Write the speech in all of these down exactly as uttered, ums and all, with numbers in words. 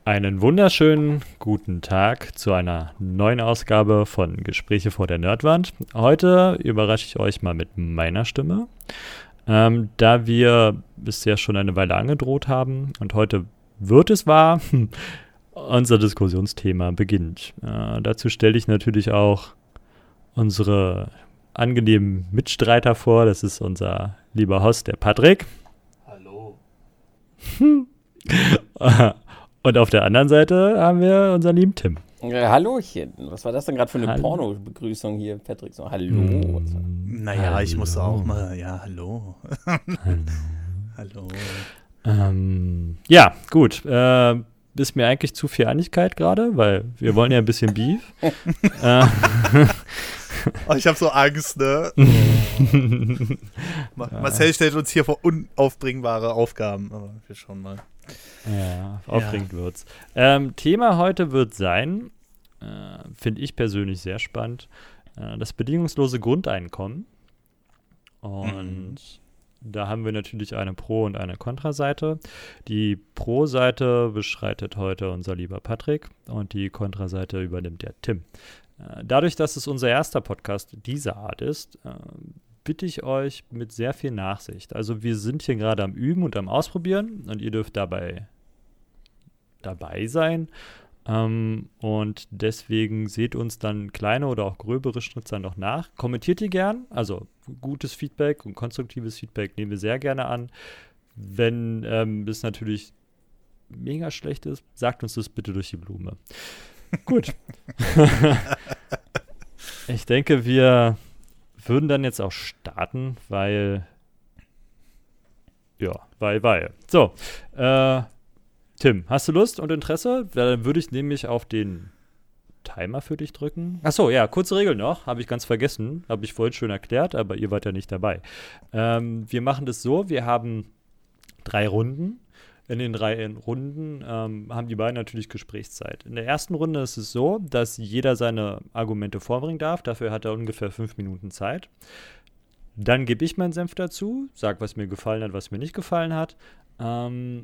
Einen wunderschönen guten Tag zu einer neuen Ausgabe von Gespräche vor der Nerdwand. Heute überrasche ich euch mal mit meiner Stimme, ähm, da wir bisher schon eine Weile angedroht haben und heute wird es wahr, unser Diskussionsthema beginnt. Äh, dazu stelle ich natürlich auch unsere angenehmen Mitstreiter vor. Das ist unser lieber Host, der Patrick. Hallo. Und auf der anderen Seite haben wir unseren lieben Tim. Ja, Hallochen. Was war das denn gerade für eine Hallo. Porno-Begrüßung hier, Patrick? So, hallo. Mm, Naja, hallo. ich muss auch mal, ja, hallo. Hallo. Hallo. Ähm, ja, gut. Äh, ist mir eigentlich zu viel Einigkeit gerade, weil wir wollen ja ein bisschen Beef. äh, Oh, ich habe so Angst, ne? Ma- Marcel stellt uns hier vor unaufbringbare Aufgaben, aber wir schauen mal. Ja, aufregend wird's. Ähm, Thema heute wird sein, äh, finde ich persönlich sehr spannend, äh, das bedingungslose Grundeinkommen. Und Mhm. da haben wir natürlich eine Pro- und eine Kontraseite. Die Pro-Seite beschreitet heute unser lieber Patrick und die Kontraseite übernimmt der Tim. Äh, dadurch, dass es unser erster Podcast dieser Art ist, äh, bitte ich euch mit sehr viel Nachsicht. Also wir sind hier gerade am Üben und am Ausprobieren und ihr dürft dabei dabei sein. Ähm, und deswegen seht uns dann kleine oder auch gröbere Schnitte noch nach. Kommentiert die gern. Also gutes Feedback und konstruktives Feedback nehmen wir sehr gerne an. Wenn ähm, das natürlich mega schlecht ist, sagt uns das bitte durch die Blume. Gut. Ich denke, wir würden dann jetzt auch starten, weil ja, weil, weil. So, äh, Tim, hast du Lust und Interesse? Dann würde ich nämlich auf den Timer für dich drücken. Achso, ja, kurze Regel noch, habe ich ganz vergessen, habe ich vorhin schon erklärt, aber ihr wart ja nicht dabei. Ähm, wir machen das so, wir haben drei Runden. In den drei Runden ähm, haben die beiden natürlich Gesprächszeit. In der ersten Runde ist es so, dass jeder seine Argumente vorbringen darf. Dafür hat er ungefähr fünf Minuten Zeit. Dann gebe ich meinen Senf dazu, sage, was mir gefallen hat, was mir nicht gefallen hat. Ähm,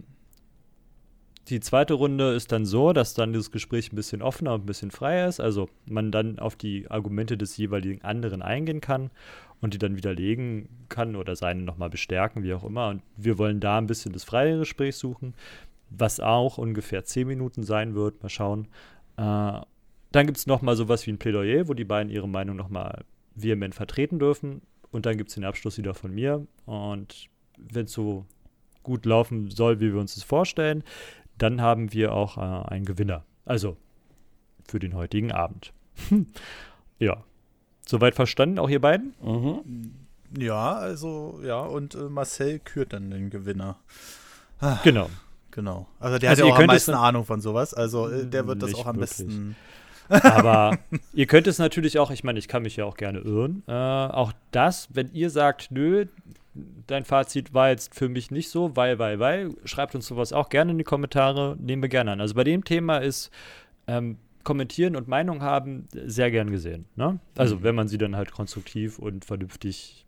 die zweite Runde ist dann so, dass dann das Gespräch ein bisschen offener und ein bisschen freier ist. Also man dann auf die Argumente des jeweiligen anderen eingehen kann und die dann widerlegen kann oder seine nochmal bestärken, wie auch immer. Und wir wollen da ein bisschen das freie Gespräch suchen, was auch ungefähr zehn Minuten sein wird. Mal schauen. Äh, dann gibt es nochmal sowas wie ein Plädoyer, wo die beiden ihre Meinung nochmal vehement vertreten dürfen. Und dann gibt es den Abschluss wieder von mir. Und wenn es so gut laufen soll, wie wir uns das vorstellen, dann haben wir auch äh, einen Gewinner. Also für den heutigen Abend. Ja. Soweit verstanden, auch ihr beiden? Mhm. Ja, also, ja, und äh, Marcel kürt dann den Gewinner. Ah, Genau. Genau. Also der Also hat ihr ja auch am könnt es meisten dann- Ahnung von sowas. Also äh, der wird das Nicht auch am wirklich. besten. Aber ihr könnt es natürlich auch, ich meine, ich kann mich ja auch gerne irren, äh, auch das, wenn ihr sagt, nö, dein Fazit war jetzt für mich nicht so, weil, weil, weil, schreibt uns sowas auch gerne in die Kommentare, nehmen wir gerne an. Also bei dem Thema ist ähm, kommentieren und Meinung haben sehr gern gesehen. Ne? Also Mhm. wenn man sie dann halt konstruktiv und vernünftig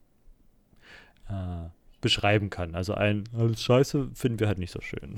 äh, beschreiben kann. Also ein alles Scheiße finden wir halt nicht so schön.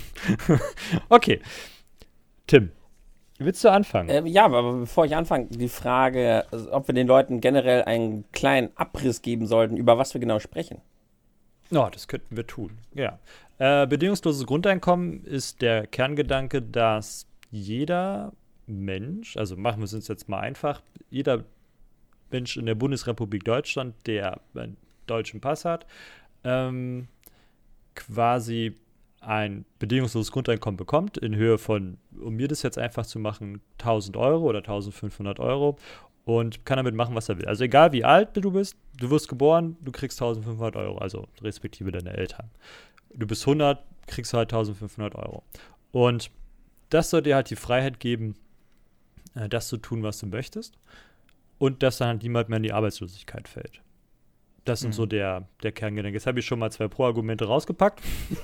Okay. Tim, willst du anfangen? Äh, ja, aber bevor ich anfange, die Frage, also, ob wir den Leuten generell einen kleinen Abriss geben sollten, über was wir genau sprechen. Ja, das könnten wir tun, ja. Äh, bedingungsloses Grundeinkommen ist der Kerngedanke, dass jeder Mensch, also machen wir es uns jetzt mal einfach, jeder Mensch in der Bundesrepublik Deutschland, der einen deutschen Pass hat, ähm, quasi ein bedingungsloses Grundeinkommen bekommt in Höhe von, um mir das jetzt einfach zu machen, tausend Euro oder eintausendfünfhundert Euro und kann damit machen, was er will. Also egal wie alt du bist, du wirst geboren, du kriegst eintausendfünfhundert Euro, also respektive deine Eltern. Du bist hundert, kriegst halt eintausendfünfhundert Euro. Und das soll dir halt die Freiheit geben, äh, das zu tun, was du möchtest und dass dann halt niemand mehr in die Arbeitslosigkeit fällt. Das sind Mhm. so der, der Kerngedanke. Jetzt habe ich schon mal zwei Pro-Argumente rausgepackt.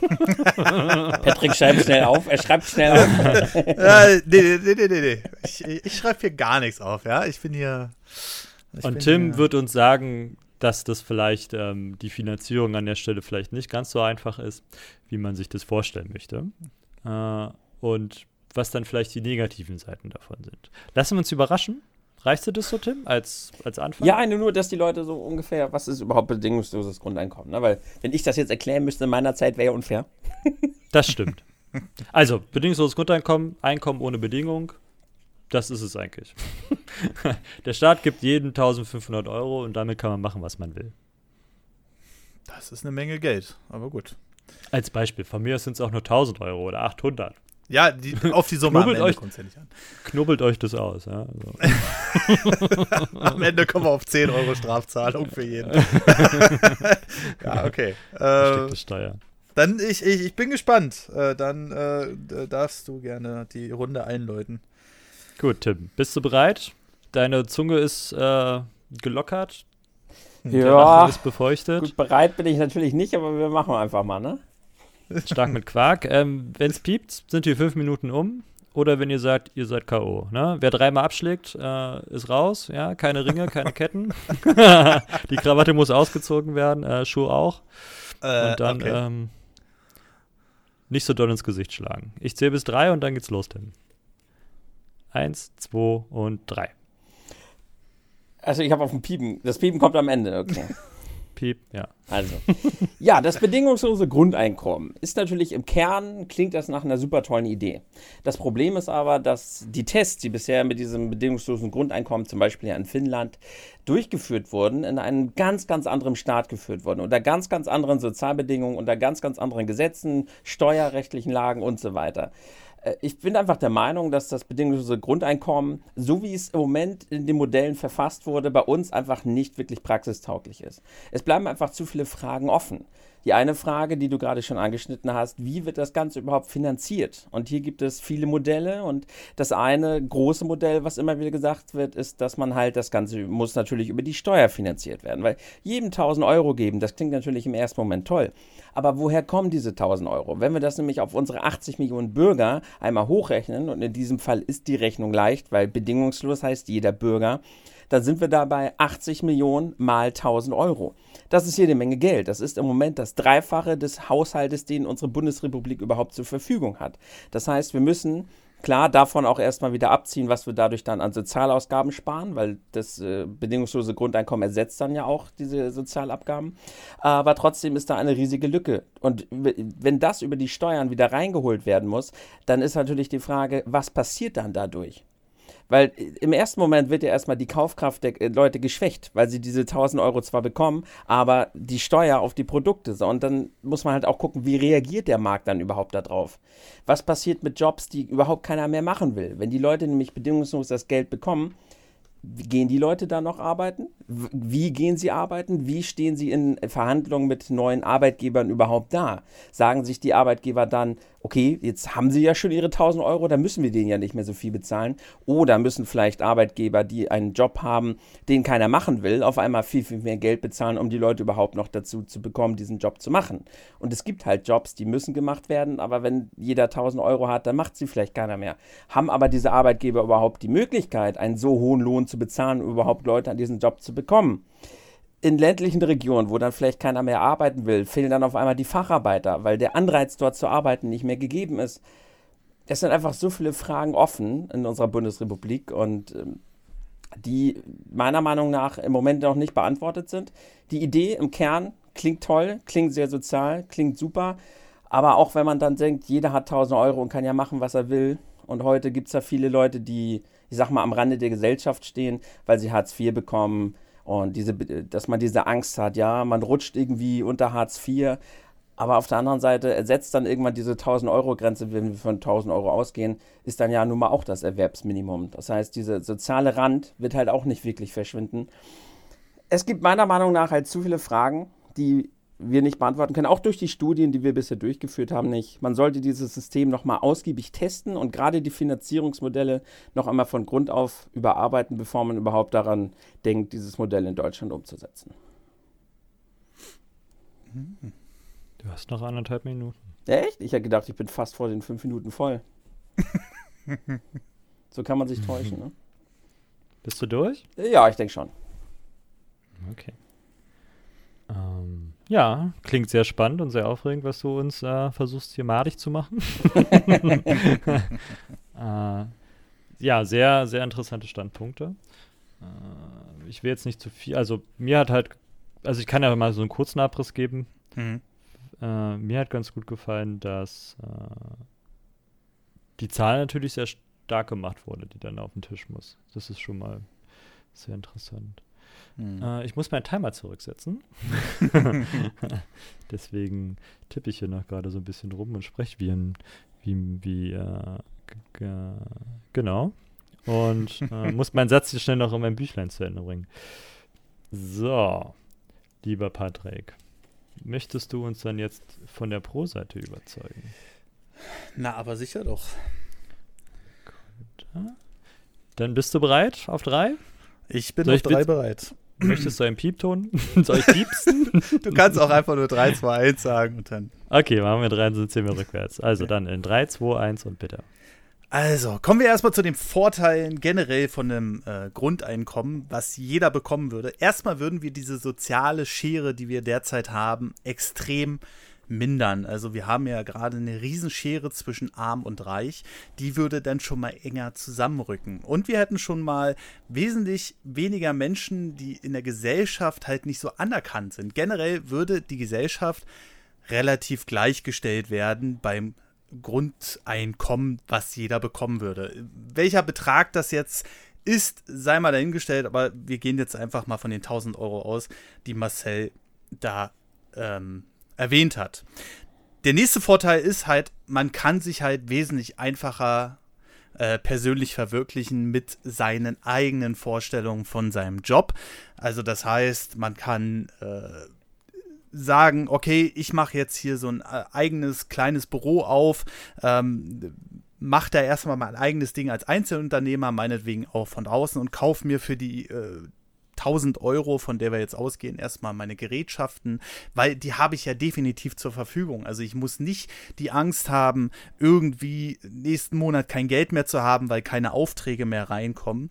Patrick schreibt schnell auf, er schreibt schnell auf. äh, nee, nee, nee, nee, nee. Ich, ich schreibe hier gar nichts auf, ja. Ich bin hier. Ich Und bin Tim hier, wird uns sagen, dass das vielleicht ähm, die Finanzierung an der Stelle vielleicht nicht ganz so einfach ist, wie man sich das vorstellen möchte. Äh, und was dann vielleicht die negativen Seiten davon sind. Lassen wir uns überraschen. Reicht dir das so, Tim, als, als Anfang? Ja, eine nur, dass die Leute so ungefähr, was ist überhaupt bedingungsloses Grundeinkommen? Ne? Weil, wenn ich das jetzt erklären müsste in meiner Zeit, wäre ja unfair. Das stimmt. Also, bedingungsloses Grundeinkommen, Einkommen ohne Bedingung, das ist es eigentlich. Der Staat gibt jedem eintausendfünfhundert Euro und damit kann man machen, was man will. Das ist eine Menge Geld, aber gut. Als Beispiel, von mir sind es auch nur tausend Euro oder achthundert. Ja, die, auf die Summe am Knubbelt Ende euch- kommt es ja nicht an. Knubbelt euch das aus. Ja? Also. Am Ende kommen wir auf zehn Euro Strafzahlung für jeden. Ja, okay. Äh, Versteckte Steuer. dann, ich, ich, ich bin gespannt. Äh, dann äh, d- darfst du gerne die Runde einläuten. Gut, Tim, bist du bereit? Deine Zunge ist äh, gelockert. Der Ja, Rachen ist befeuchtet. gut, bereit bin ich natürlich nicht, aber wir machen einfach mal, ne? Stark mit Quark. Ähm, wenn es piept, sind die fünf Minuten um. Oder wenn ihr sagt, ihr seid K O. Ne? Wer dreimal abschlägt, äh, ist raus. Ja, keine Ringe, keine Ketten. Die Krawatte muss ausgezogen werden, äh, Schuhe auch. Äh, Und dann okay. ähm, nicht so doll ins Gesicht schlagen. Ich zähle bis drei und dann geht's los, Tim. Eins, zwei und drei. Also ich habe auf dem Piepen, das Piepen kommt am Ende, okay. Piep, ja. Also, ja, das bedingungslose Grundeinkommen ist natürlich im Kern, klingt das nach einer super tollen Idee. Das Problem ist aber, dass die Tests, die bisher mit diesem bedingungslosen Grundeinkommen, zum Beispiel ja in Finnland, durchgeführt wurden, in einem ganz, ganz anderen Staat geführt wurden, unter ganz, ganz anderen Sozialbedingungen, unter ganz, ganz anderen Gesetzen, steuerrechtlichen Lagen und so weiter. Ich bin einfach der Meinung, dass das bedingungslose Grundeinkommen, so wie es im Moment in den Modellen verfasst wurde, bei uns einfach nicht wirklich praxistauglich ist. Es bleiben einfach zu viele Fragen offen. Die eine Frage, die du gerade schon angeschnitten hast, wie wird das Ganze überhaupt finanziert? Und hier gibt es viele Modelle und das eine große Modell, was immer wieder gesagt wird, ist, dass man halt das Ganze muss natürlich über die Steuer finanziert werden, weil jedem tausend Euro geben, das klingt natürlich im ersten Moment toll. Aber woher kommen diese tausend Euro? Wenn wir das nämlich auf unsere achtzig Millionen Bürger einmal hochrechnen, und in diesem Fall ist die Rechnung leicht, weil bedingungslos heißt jeder Bürger, dann sind wir da bei achtzig Millionen mal tausend Euro. Das ist jede Menge Geld. Das ist im Moment das Dreifache des Haushaltes, den unsere Bundesrepublik überhaupt zur Verfügung hat. Das heißt, wir müssen klar davon auch erstmal wieder abziehen, was wir dadurch dann an Sozialausgaben sparen, weil das äh, bedingungslose Grundeinkommen ersetzt dann ja auch diese Sozialabgaben. Aber trotzdem ist da eine riesige Lücke. Und w- wenn das über die Steuern wieder reingeholt werden muss, dann ist natürlich die Frage, was passiert dann dadurch? Weil im ersten Moment wird ja erstmal die Kaufkraft der Leute geschwächt, weil sie diese tausend Euro zwar bekommen, aber die Steuer auf die Produkte. So. Und dann muss man halt auch gucken, wie reagiert der Markt dann überhaupt darauf? Was passiert mit Jobs, die überhaupt keiner mehr machen will? Wenn die Leute nämlich bedingungslos das Geld bekommen, gehen die Leute da noch arbeiten? W- Wie gehen sie arbeiten? Wie stehen sie in Verhandlungen mit neuen Arbeitgebern überhaupt da? Sagen sich die Arbeitgeber dann, okay, jetzt haben sie ja schon ihre tausend Euro, da müssen wir denen ja nicht mehr so viel bezahlen. Oder müssen vielleicht Arbeitgeber, die einen Job haben, den keiner machen will, auf einmal viel, viel mehr Geld bezahlen, um die Leute überhaupt noch dazu zu bekommen, diesen Job zu machen. Und es gibt halt Jobs, die müssen gemacht werden, aber wenn jeder tausend Euro hat, dann macht sie vielleicht keiner mehr. Haben aber diese Arbeitgeber überhaupt die Möglichkeit, einen so hohen Lohn zu bezahlen, um überhaupt Leute an diesen Job zu bekommen? In ländlichen Regionen, wo dann vielleicht keiner mehr arbeiten will, fehlen dann auf einmal die Facharbeiter, weil der Anreiz dort zu arbeiten nicht mehr gegeben ist. Es sind einfach so viele Fragen offen in unserer Bundesrepublik und ähm, die meiner Meinung nach im Moment noch nicht beantwortet sind. Die Idee im Kern klingt toll, klingt sehr sozial, klingt super, aber auch wenn man dann denkt, jeder hat tausend Euro und kann ja machen, was er will. Und heute gibt es ja viele Leute, die, ich sag mal, am Rande der Gesellschaft stehen, weil sie Hartz vier bekommen. Und diese, dass man diese Angst hat, ja, man rutscht irgendwie unter Hartz vier, aber auf der anderen Seite ersetzt dann irgendwann diese tausend-Euro-Grenze, wenn wir von tausend Euro ausgehen, ist dann ja nun mal auch das Erwerbsminimum. Das heißt, dieser soziale Rand wird halt auch nicht wirklich verschwinden. Es gibt meiner Meinung nach halt zu viele Fragen, die wir nicht beantworten können, auch durch die Studien, die wir bisher durchgeführt haben, nicht. Man sollte dieses System nochmal ausgiebig testen und gerade die Finanzierungsmodelle noch einmal von Grund auf überarbeiten, bevor man überhaupt daran denkt, dieses Modell in Deutschland umzusetzen. Du hast noch anderthalb Minuten. Echt? Ich hätte gedacht, ich bin fast vor den fünf Minuten voll. So kann man sich täuschen, ne? Bist du durch? Ja, ich denke schon. Okay. Ähm, ja, klingt sehr spannend und sehr aufregend, was du uns äh, versuchst hier madig zu machen. Äh, ja, sehr, sehr interessante Standpunkte. Äh, ich will jetzt nicht zu viel, also mir hat halt, also ich kann ja mal so einen kurzen Abriss geben. Mhm. Äh, mir hat ganz gut gefallen, dass äh, die Zahl natürlich sehr stark gemacht wurde, die dann auf den Tisch muss. Das ist schon mal sehr interessant. Mhm. Äh, ich muss meinen Timer zurücksetzen. Deswegen tippe ich hier noch gerade so ein bisschen rum und spreche wie ein, wie, wie, äh, g- g- genau. Und äh, muss meinen Satz hier schnell noch in mein Büchlein zu Ende bringen. So, lieber Patrick, möchtest du uns dann jetzt von der Pro-Seite überzeugen? Na, aber sicher doch. Dann bist du bereit auf drei? Ich bin Soll auf ich drei bitte- bereit. Möchtest du einen Piepton? Soll ich piepsen? Du kannst auch einfach nur drei, zwei, eins sagen und dann. Okay, machen wir drei und sind zehn wir rückwärts. Also dann in drei, zwei, eins und bitte. Also, kommen wir erstmal zu den Vorteilen generell von einem äh, Grundeinkommen, was jeder bekommen würde. Erstmal würden wir diese soziale Schere, die wir derzeit haben, extrem mindern. Also wir haben ja gerade eine Riesenschere zwischen arm und reich. Die würde dann schon mal enger zusammenrücken. Und wir hätten schon mal wesentlich weniger Menschen, die in der Gesellschaft halt nicht so anerkannt sind. Generell würde die Gesellschaft relativ gleichgestellt werden beim Grundeinkommen, was jeder bekommen würde. Welcher Betrag das jetzt ist, sei mal dahingestellt, aber wir gehen jetzt einfach mal von den tausend Euro aus, die Marcel da ähm, erwähnt hat. Der nächste Vorteil ist halt, man kann sich halt wesentlich einfacher äh, persönlich verwirklichen mit seinen eigenen Vorstellungen von seinem Job. Also das heißt, man kann äh, sagen, okay, ich mache jetzt hier so ein äh, eigenes kleines Büro auf, ähm, mache da erstmal mein eigenes Ding als Einzelunternehmer, meinetwegen auch von außen und kaufe mir für die äh, tausend Euro, von der wir jetzt ausgehen, erstmal meine Gerätschaften, weil die habe ich ja definitiv zur Verfügung. Also ich muss nicht die Angst haben, irgendwie nächsten Monat kein Geld mehr zu haben, weil keine Aufträge mehr reinkommen.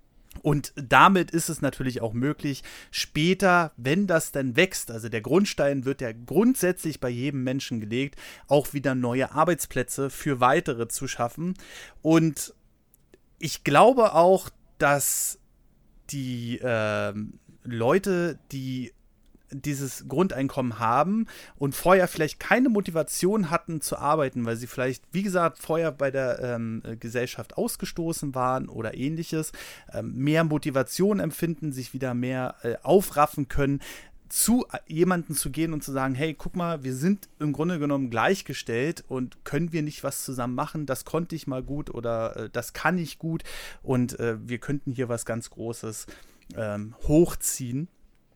Und damit ist es natürlich auch möglich, später, wenn das dann wächst, also der Grundstein wird ja grundsätzlich bei jedem Menschen gelegt, auch wieder neue Arbeitsplätze für weitere zu schaffen. Und ich glaube auch, dass die äh, Leute, die dieses Grundeinkommen haben und vorher vielleicht keine Motivation hatten zu arbeiten, weil sie vielleicht, wie gesagt, vorher bei der ähm, Gesellschaft ausgestoßen waren oder ähnliches, ähm, mehr Motivation empfinden, sich wieder mehr äh, aufraffen können, zu jemandem zu gehen und zu sagen, hey, guck mal, wir sind im Grunde genommen gleichgestellt und können wir nicht was zusammen machen? Das konnte ich mal gut oder äh, das kann ich gut und äh, wir könnten hier was ganz Großes ähm, hochziehen.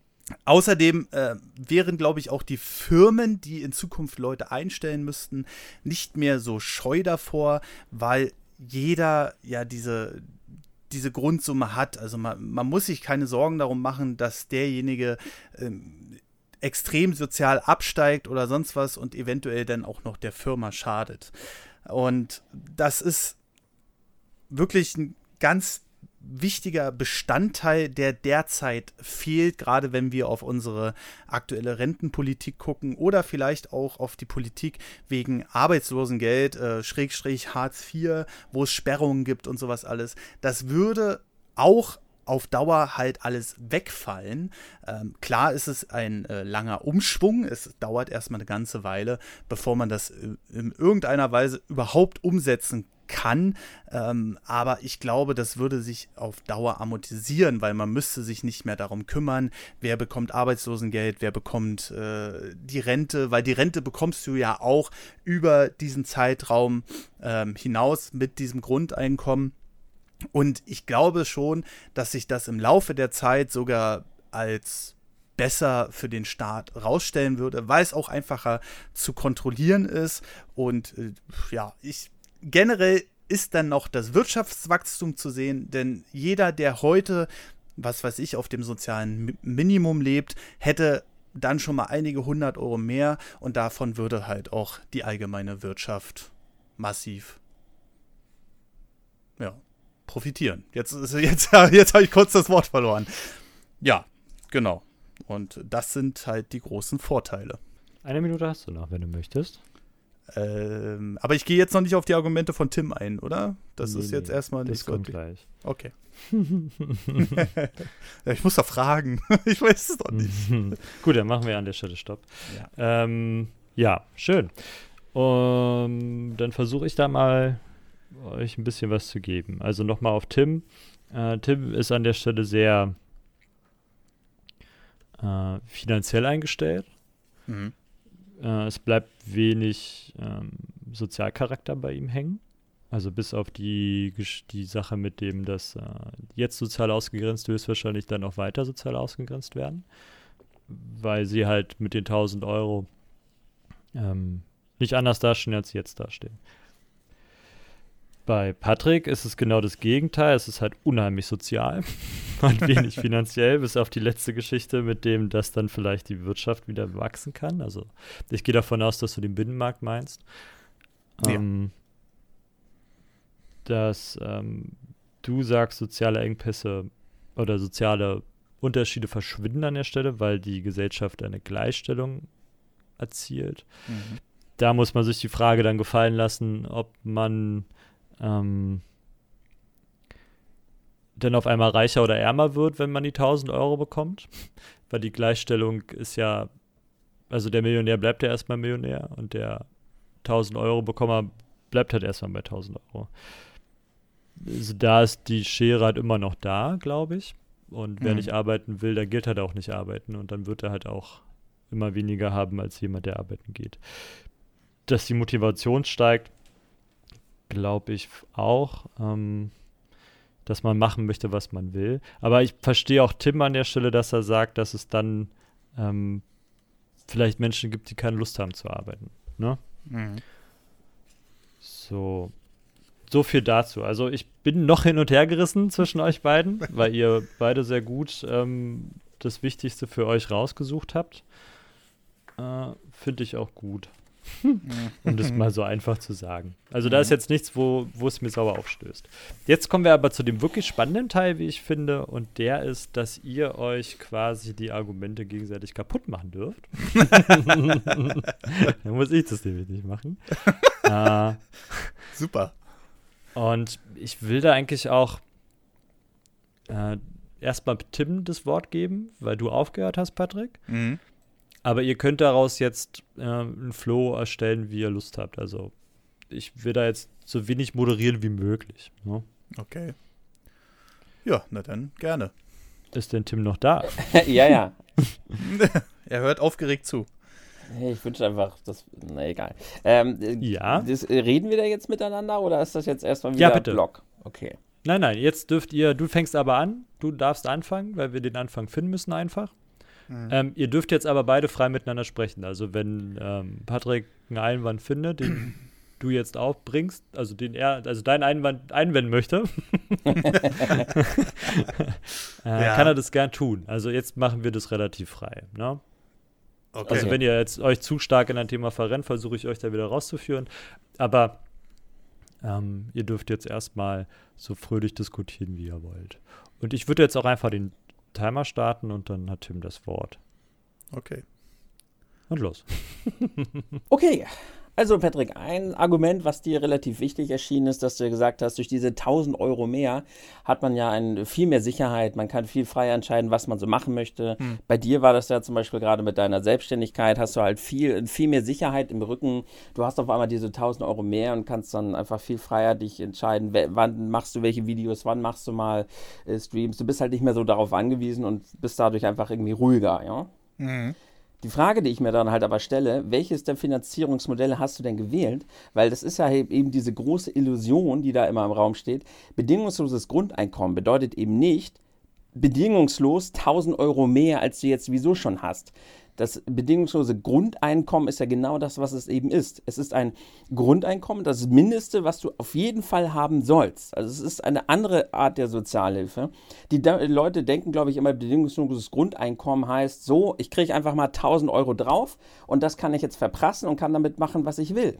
Außerdem äh, wären, glaube ich, auch die Firmen, die in Zukunft Leute einstellen müssten, nicht mehr so scheu davor, weil jeder ja diese, diese Grundsumme hat. Also man, man muss sich keine Sorgen darum machen, dass derjenige ähm, extrem sozial absteigt oder sonst was und eventuell dann auch noch der Firma schadet. Und das ist wirklich ein ganz wichtiger Bestandteil, der derzeit fehlt, gerade wenn wir auf unsere aktuelle Rentenpolitik gucken oder vielleicht auch auf die Politik wegen Arbeitslosengeld, äh, Schrägstrich Hartz vier, wo es Sperrungen gibt und sowas alles. Das würde auch auf Dauer halt alles wegfallen. Ähm, klar ist es ein äh, langer Umschwung. Es dauert erstmal eine ganze Weile, bevor man das äh, in irgendeiner Weise überhaupt umsetzen kann. Ähm, aber ich glaube, das würde sich auf Dauer amortisieren, weil man müsste sich nicht mehr darum kümmern, wer bekommt Arbeitslosengeld, wer bekommt äh, die Rente, weil die Rente bekommst du ja auch über diesen Zeitraum ähm, hinaus mit diesem Grundeinkommen. Und ich glaube schon, dass sich das im Laufe der Zeit sogar als besser für den Staat rausstellen würde, weil es auch einfacher zu kontrollieren ist. Und äh, ja, ich generell ist dann noch das Wirtschaftswachstum zu sehen, denn jeder, der heute, was weiß ich, auf dem sozialen Mi- Minimum lebt, hätte dann schon mal einige hundert Euro mehr und davon würde halt auch die allgemeine Wirtschaft massiv ja, profitieren. Jetzt, ist- jetzt, jetzt habe ich kurz das Wort verloren. Ja, genau. Und das sind halt die großen Vorteile. Eine Minute hast du noch, wenn du möchtest. Ähm, aber ich gehe jetzt noch nicht auf die Argumente von Tim ein, oder? Das nee, ist jetzt erstmal nicht das kommt so gleich. Okay. Ja, ich muss doch fragen. Ich weiß es doch nicht. Gut, dann machen wir an der Stelle Stopp. Ja, ähm, ja schön. Um, dann versuche ich da mal euch ein bisschen was zu geben. Also nochmal auf Tim. Äh, Tim ist an der Stelle sehr äh, finanziell eingestellt. Mhm. Äh, es bleibt wenig ähm, Sozialcharakter bei ihm hängen. Also bis auf die, die Sache mit dem, dass äh, jetzt sozial ausgegrenzt höchstwahrscheinlich dann auch weiter sozial ausgegrenzt werden. Weil sie halt mit den tausend Euro ähm, nicht anders dastehen, als sie jetzt dastehen. Bei Patrick ist es genau das Gegenteil. Es ist halt unheimlich sozial und wenig finanziell, bis auf die letzte Geschichte mit dem, dass dann vielleicht die Wirtschaft wieder wachsen kann. Also ich gehe davon aus, dass du den Binnenmarkt meinst. Ja. Ähm, dass ähm, du sagst, soziale Engpässe oder soziale Unterschiede verschwinden an der Stelle, weil die Gesellschaft eine Gleichstellung erzielt. Mhm. Da muss man sich die Frage dann gefallen lassen, ob man ähm, dann auf einmal reicher oder ärmer wird, wenn man die tausend Euro bekommt. Weil die Gleichstellung ist ja, also der Millionär bleibt ja erstmal Millionär und der tausend Euro Bekommer bleibt halt erstmal bei tausend Euro. Also da ist die Schere halt immer noch da, glaube ich. Und wer mhm. nicht arbeiten will, der gilt halt auch nicht arbeiten. Und dann wird er halt auch immer weniger haben als jemand, der arbeiten geht. Dass die Motivation steigt, glaube ich auch, ähm, dass man machen möchte, was man will. Aber ich verstehe auch Tim an der Stelle, dass er sagt, dass es dann ähm, vielleicht Menschen gibt, die keine Lust haben zu arbeiten. Ne? Mhm. So. So viel dazu. Also ich bin noch hin und her gerissen zwischen euch beiden, weil ihr beide sehr gut ähm, das Wichtigste für euch rausgesucht habt. Äh, Finde ich auch gut. Um das mal so einfach zu sagen. Also da ist jetzt nichts, wo, wo es mir sauer aufstößt. Jetzt kommen wir aber zu dem wirklich spannenden Teil, wie ich finde, und der ist, dass ihr euch quasi die Argumente gegenseitig kaputt machen dürft. Dann muss ich das nämlich nicht machen. äh, Super. Und ich will da eigentlich auch äh, erstmal Tim das Wort geben, weil du aufgehört hast, Patrick. Mhm. Aber ihr könnt daraus jetzt äh, einen Flow erstellen, wie ihr Lust habt. Also ich will da jetzt so wenig moderieren wie möglich. Ne? Okay. Ja, na dann, gerne. Ist denn Tim noch da? Ja, ja. Er hört aufgeregt zu. Ich wünsche einfach, das, na egal. Ähm, ja. Das, reden wir da jetzt miteinander oder ist das jetzt erstmal wieder ja, bitte. Block? Okay. Nein, nein, jetzt dürft ihr, du fängst aber an, du darfst anfangen, weil wir den Anfang finden müssen einfach. Mhm. Ähm, ihr dürft jetzt aber beide frei miteinander sprechen. Also wenn ähm, Patrick einen Einwand findet, den du jetzt aufbringst, also den er, also deinen Einwand einwenden möchte, äh, ja. kann er das gern tun. Also jetzt machen wir das relativ frei, ne? Okay. Also wenn ihr jetzt euch zu stark in ein Thema verrennt, versuche ich euch da wieder rauszuführen. Aber ähm, ihr dürft jetzt erstmal so fröhlich diskutieren, wie ihr wollt. Und ich würde jetzt auch einfach den Timer starten und dann hat Tim das Wort. Okay. Und los. Okay. Also Patrick, ein Argument, was dir relativ wichtig erschienen ist, dass du gesagt hast, durch diese tausend Euro mehr hat man ja ein, viel mehr Sicherheit, man kann viel freier entscheiden, was man so machen möchte. Hm. Bei dir war das ja zum Beispiel gerade mit deiner Selbstständigkeit, hast du halt viel, viel mehr Sicherheit im Rücken. Du hast auf einmal diese tausend Euro mehr und kannst dann einfach viel freier dich entscheiden, wann machst du welche Videos, wann machst du mal äh, Streams. Du bist halt nicht mehr so darauf angewiesen und bist dadurch einfach irgendwie ruhiger, ja. Mhm. Die Frage, die ich mir dann halt aber stelle, welches der Finanzierungsmodelle hast du denn gewählt? Weil das ist ja eben diese große Illusion, die da immer im Raum steht. Bedingungsloses Grundeinkommen bedeutet eben nicht bedingungslos tausend Euro mehr, als du jetzt sowieso schon hast. Das bedingungslose Grundeinkommen ist ja genau das, was es eben ist. Es ist ein Grundeinkommen, das Mindeste, was du auf jeden Fall haben sollst. Also es ist eine andere Art der Sozialhilfe. Die da- Leute denken, glaube ich, immer, bedingungsloses Grundeinkommen heißt so, ich kriege einfach mal tausend Euro drauf und das kann ich jetzt verprassen und kann damit machen, was ich will.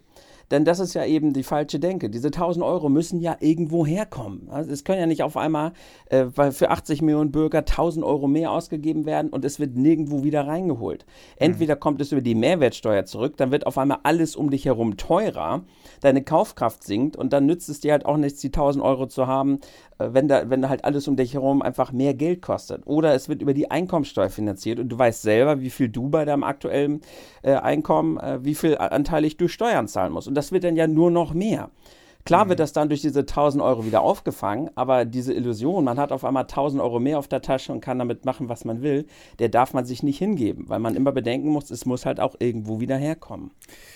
Denn das ist ja eben die falsche Denke. Diese tausend Euro müssen ja irgendwo herkommen. Also es können ja nicht auf einmal äh, weil für achtzig Millionen Bürger tausend Euro mehr ausgegeben werden und es wird nirgendwo wieder reingeholt. Entweder mhm. kommt es über die Mehrwertsteuer zurück, dann wird auf einmal alles um dich herum teurer, deine Kaufkraft sinkt und dann nützt es dir halt auch nichts, die tausend Euro zu haben, äh, wenn da, wenn da halt alles um dich herum einfach mehr Geld kostet. Oder es wird über die Einkommensteuer finanziert und du weißt selber, wie viel du bei deinem aktuellen äh, Einkommen, äh, wie viel anteilig du Steuern zahlen musst. Und das wird dann ja nur noch mehr. Klar wird das dann durch diese tausend Euro wieder aufgefangen, aber diese Illusion, man hat auf einmal tausend Euro mehr auf der Tasche und kann damit machen, was man will, der darf man sich nicht hingeben, weil man immer bedenken muss, es muss halt auch irgendwo wieder herkommen.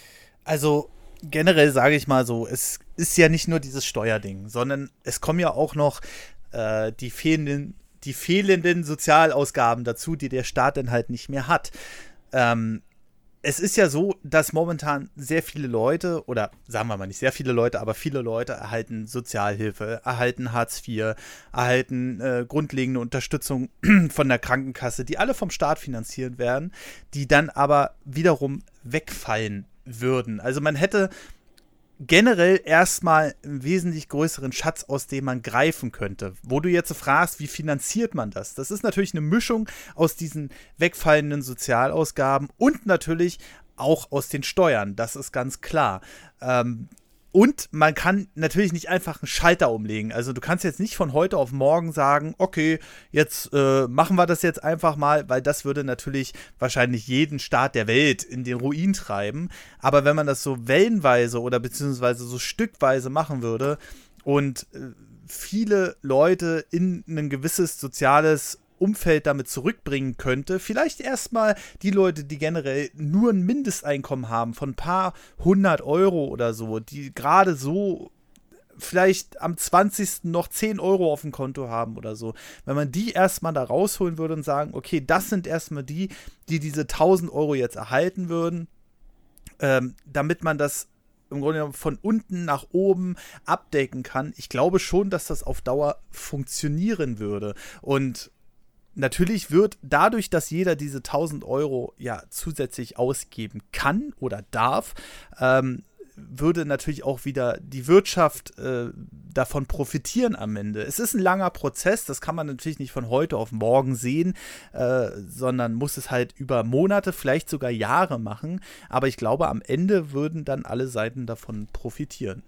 Also generell sage ich mal so, es ist ja nicht nur dieses Steuerding, sondern es kommen ja auch noch äh, die fehlenden, die fehlenden Sozialausgaben dazu, die der Staat dann halt nicht mehr hat. Ähm, Es ist ja so, dass momentan sehr viele Leute, oder sagen wir mal nicht sehr viele Leute, aber viele Leute erhalten Sozialhilfe, erhalten Hartz vier, erhalten äh, grundlegende Unterstützung von der Krankenkasse, die alle vom Staat finanziert werden, die dann aber wiederum wegfallen würden. Also man hätte generell erstmal einen wesentlich größeren Schatz, aus dem man greifen könnte. Wo du jetzt fragst, wie finanziert man das? Das ist natürlich eine Mischung aus diesen wegfallenden Sozialausgaben und natürlich auch aus den Steuern. Das ist ganz klar. Ähm, und man kann natürlich nicht einfach einen Schalter umlegen. Also du kannst jetzt nicht von heute auf morgen sagen, okay, jetzt äh, machen wir das jetzt einfach mal, weil das würde natürlich wahrscheinlich jeden Staat der Welt in den Ruin treiben. Aber wenn man das so wellenweise oder beziehungsweise so stückweise machen würde und äh, viele Leute in ein gewisses soziales Umfeld damit zurückbringen könnte, vielleicht erstmal die Leute, die generell nur ein Mindesteinkommen haben von ein paar hundert Euro oder so, die gerade so vielleicht am zwanzigsten noch zehn Euro auf dem Konto haben oder so, wenn man die erstmal da rausholen würde und sagen, okay, das sind erstmal die, die diese tausend Euro jetzt erhalten würden, ähm, damit man das im Grunde genommen von unten nach oben abdecken kann. Ich glaube schon, dass das auf Dauer funktionieren würde. Und natürlich wird dadurch, dass jeder diese tausend Euro ja zusätzlich ausgeben kann oder darf, ähm, würde natürlich auch wieder die Wirtschaft äh, davon profitieren am Ende. Es ist ein langer Prozess, das kann man natürlich nicht von heute auf morgen sehen, äh, sondern muss es halt über Monate, vielleicht sogar Jahre machen. Aber ich glaube, am Ende würden dann alle Seiten davon profitieren.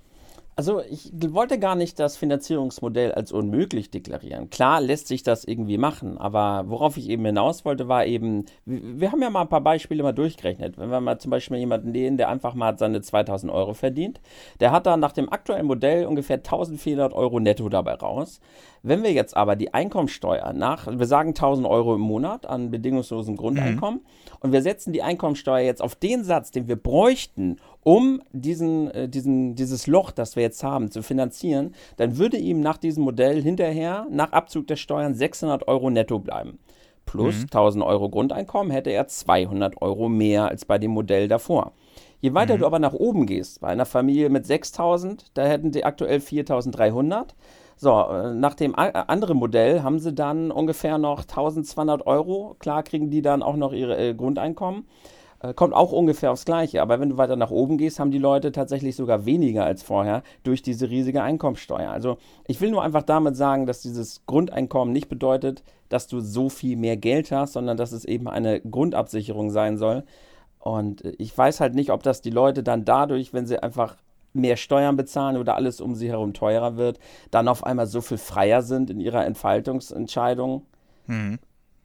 Also ich wollte gar nicht das Finanzierungsmodell als unmöglich deklarieren. Klar lässt sich das irgendwie machen, aber worauf ich eben hinaus wollte, war eben, wir haben ja mal ein paar Beispiele mal durchgerechnet. Wenn wir mal zum Beispiel jemanden nehmen, der einfach mal seine zweitausend Euro verdient, der hat dann nach dem aktuellen Modell ungefähr eintausendvierhundert Euro netto dabei raus. Wenn wir jetzt aber die Einkommensteuer nach, wir sagen tausend Euro im Monat an bedingungslosem Grundeinkommen mhm. und wir setzen die Einkommensteuer jetzt auf den Satz, den wir bräuchten, um diesen, äh, diesen, dieses Loch, das wir jetzt haben, zu finanzieren, dann würde ihm nach diesem Modell hinterher, nach Abzug der Steuern, sechshundert Euro netto bleiben. Plus mhm. tausend Euro Grundeinkommen hätte er zweihundert Euro mehr als bei dem Modell davor. Je weiter mhm. du aber nach oben gehst, bei einer Familie mit sechstausend, da hätten sie aktuell viertausenddreihundert. So, nach dem anderen Modell haben sie dann ungefähr noch eintausendzweihundert Euro. Klar kriegen die dann auch noch ihre äh, Grundeinkommen. Äh, kommt auch ungefähr aufs Gleiche. Aber wenn du weiter nach oben gehst, haben die Leute tatsächlich sogar weniger als vorher durch diese riesige Einkommensteuer. Also ich will nur einfach damit sagen, dass dieses Grundeinkommen nicht bedeutet, dass du so viel mehr Geld hast, sondern dass es eben eine Grundabsicherung sein soll. Und ich weiß halt nicht, ob das die Leute dann dadurch, wenn sie einfach mehr Steuern bezahlen oder alles um sie herum teurer wird, dann auf einmal so viel freier sind in ihrer Entfaltungsentscheidung. Mhm.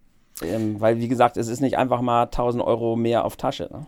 Ähm, weil, wie gesagt, es ist nicht einfach mal tausend Euro mehr auf Tasche. Ne?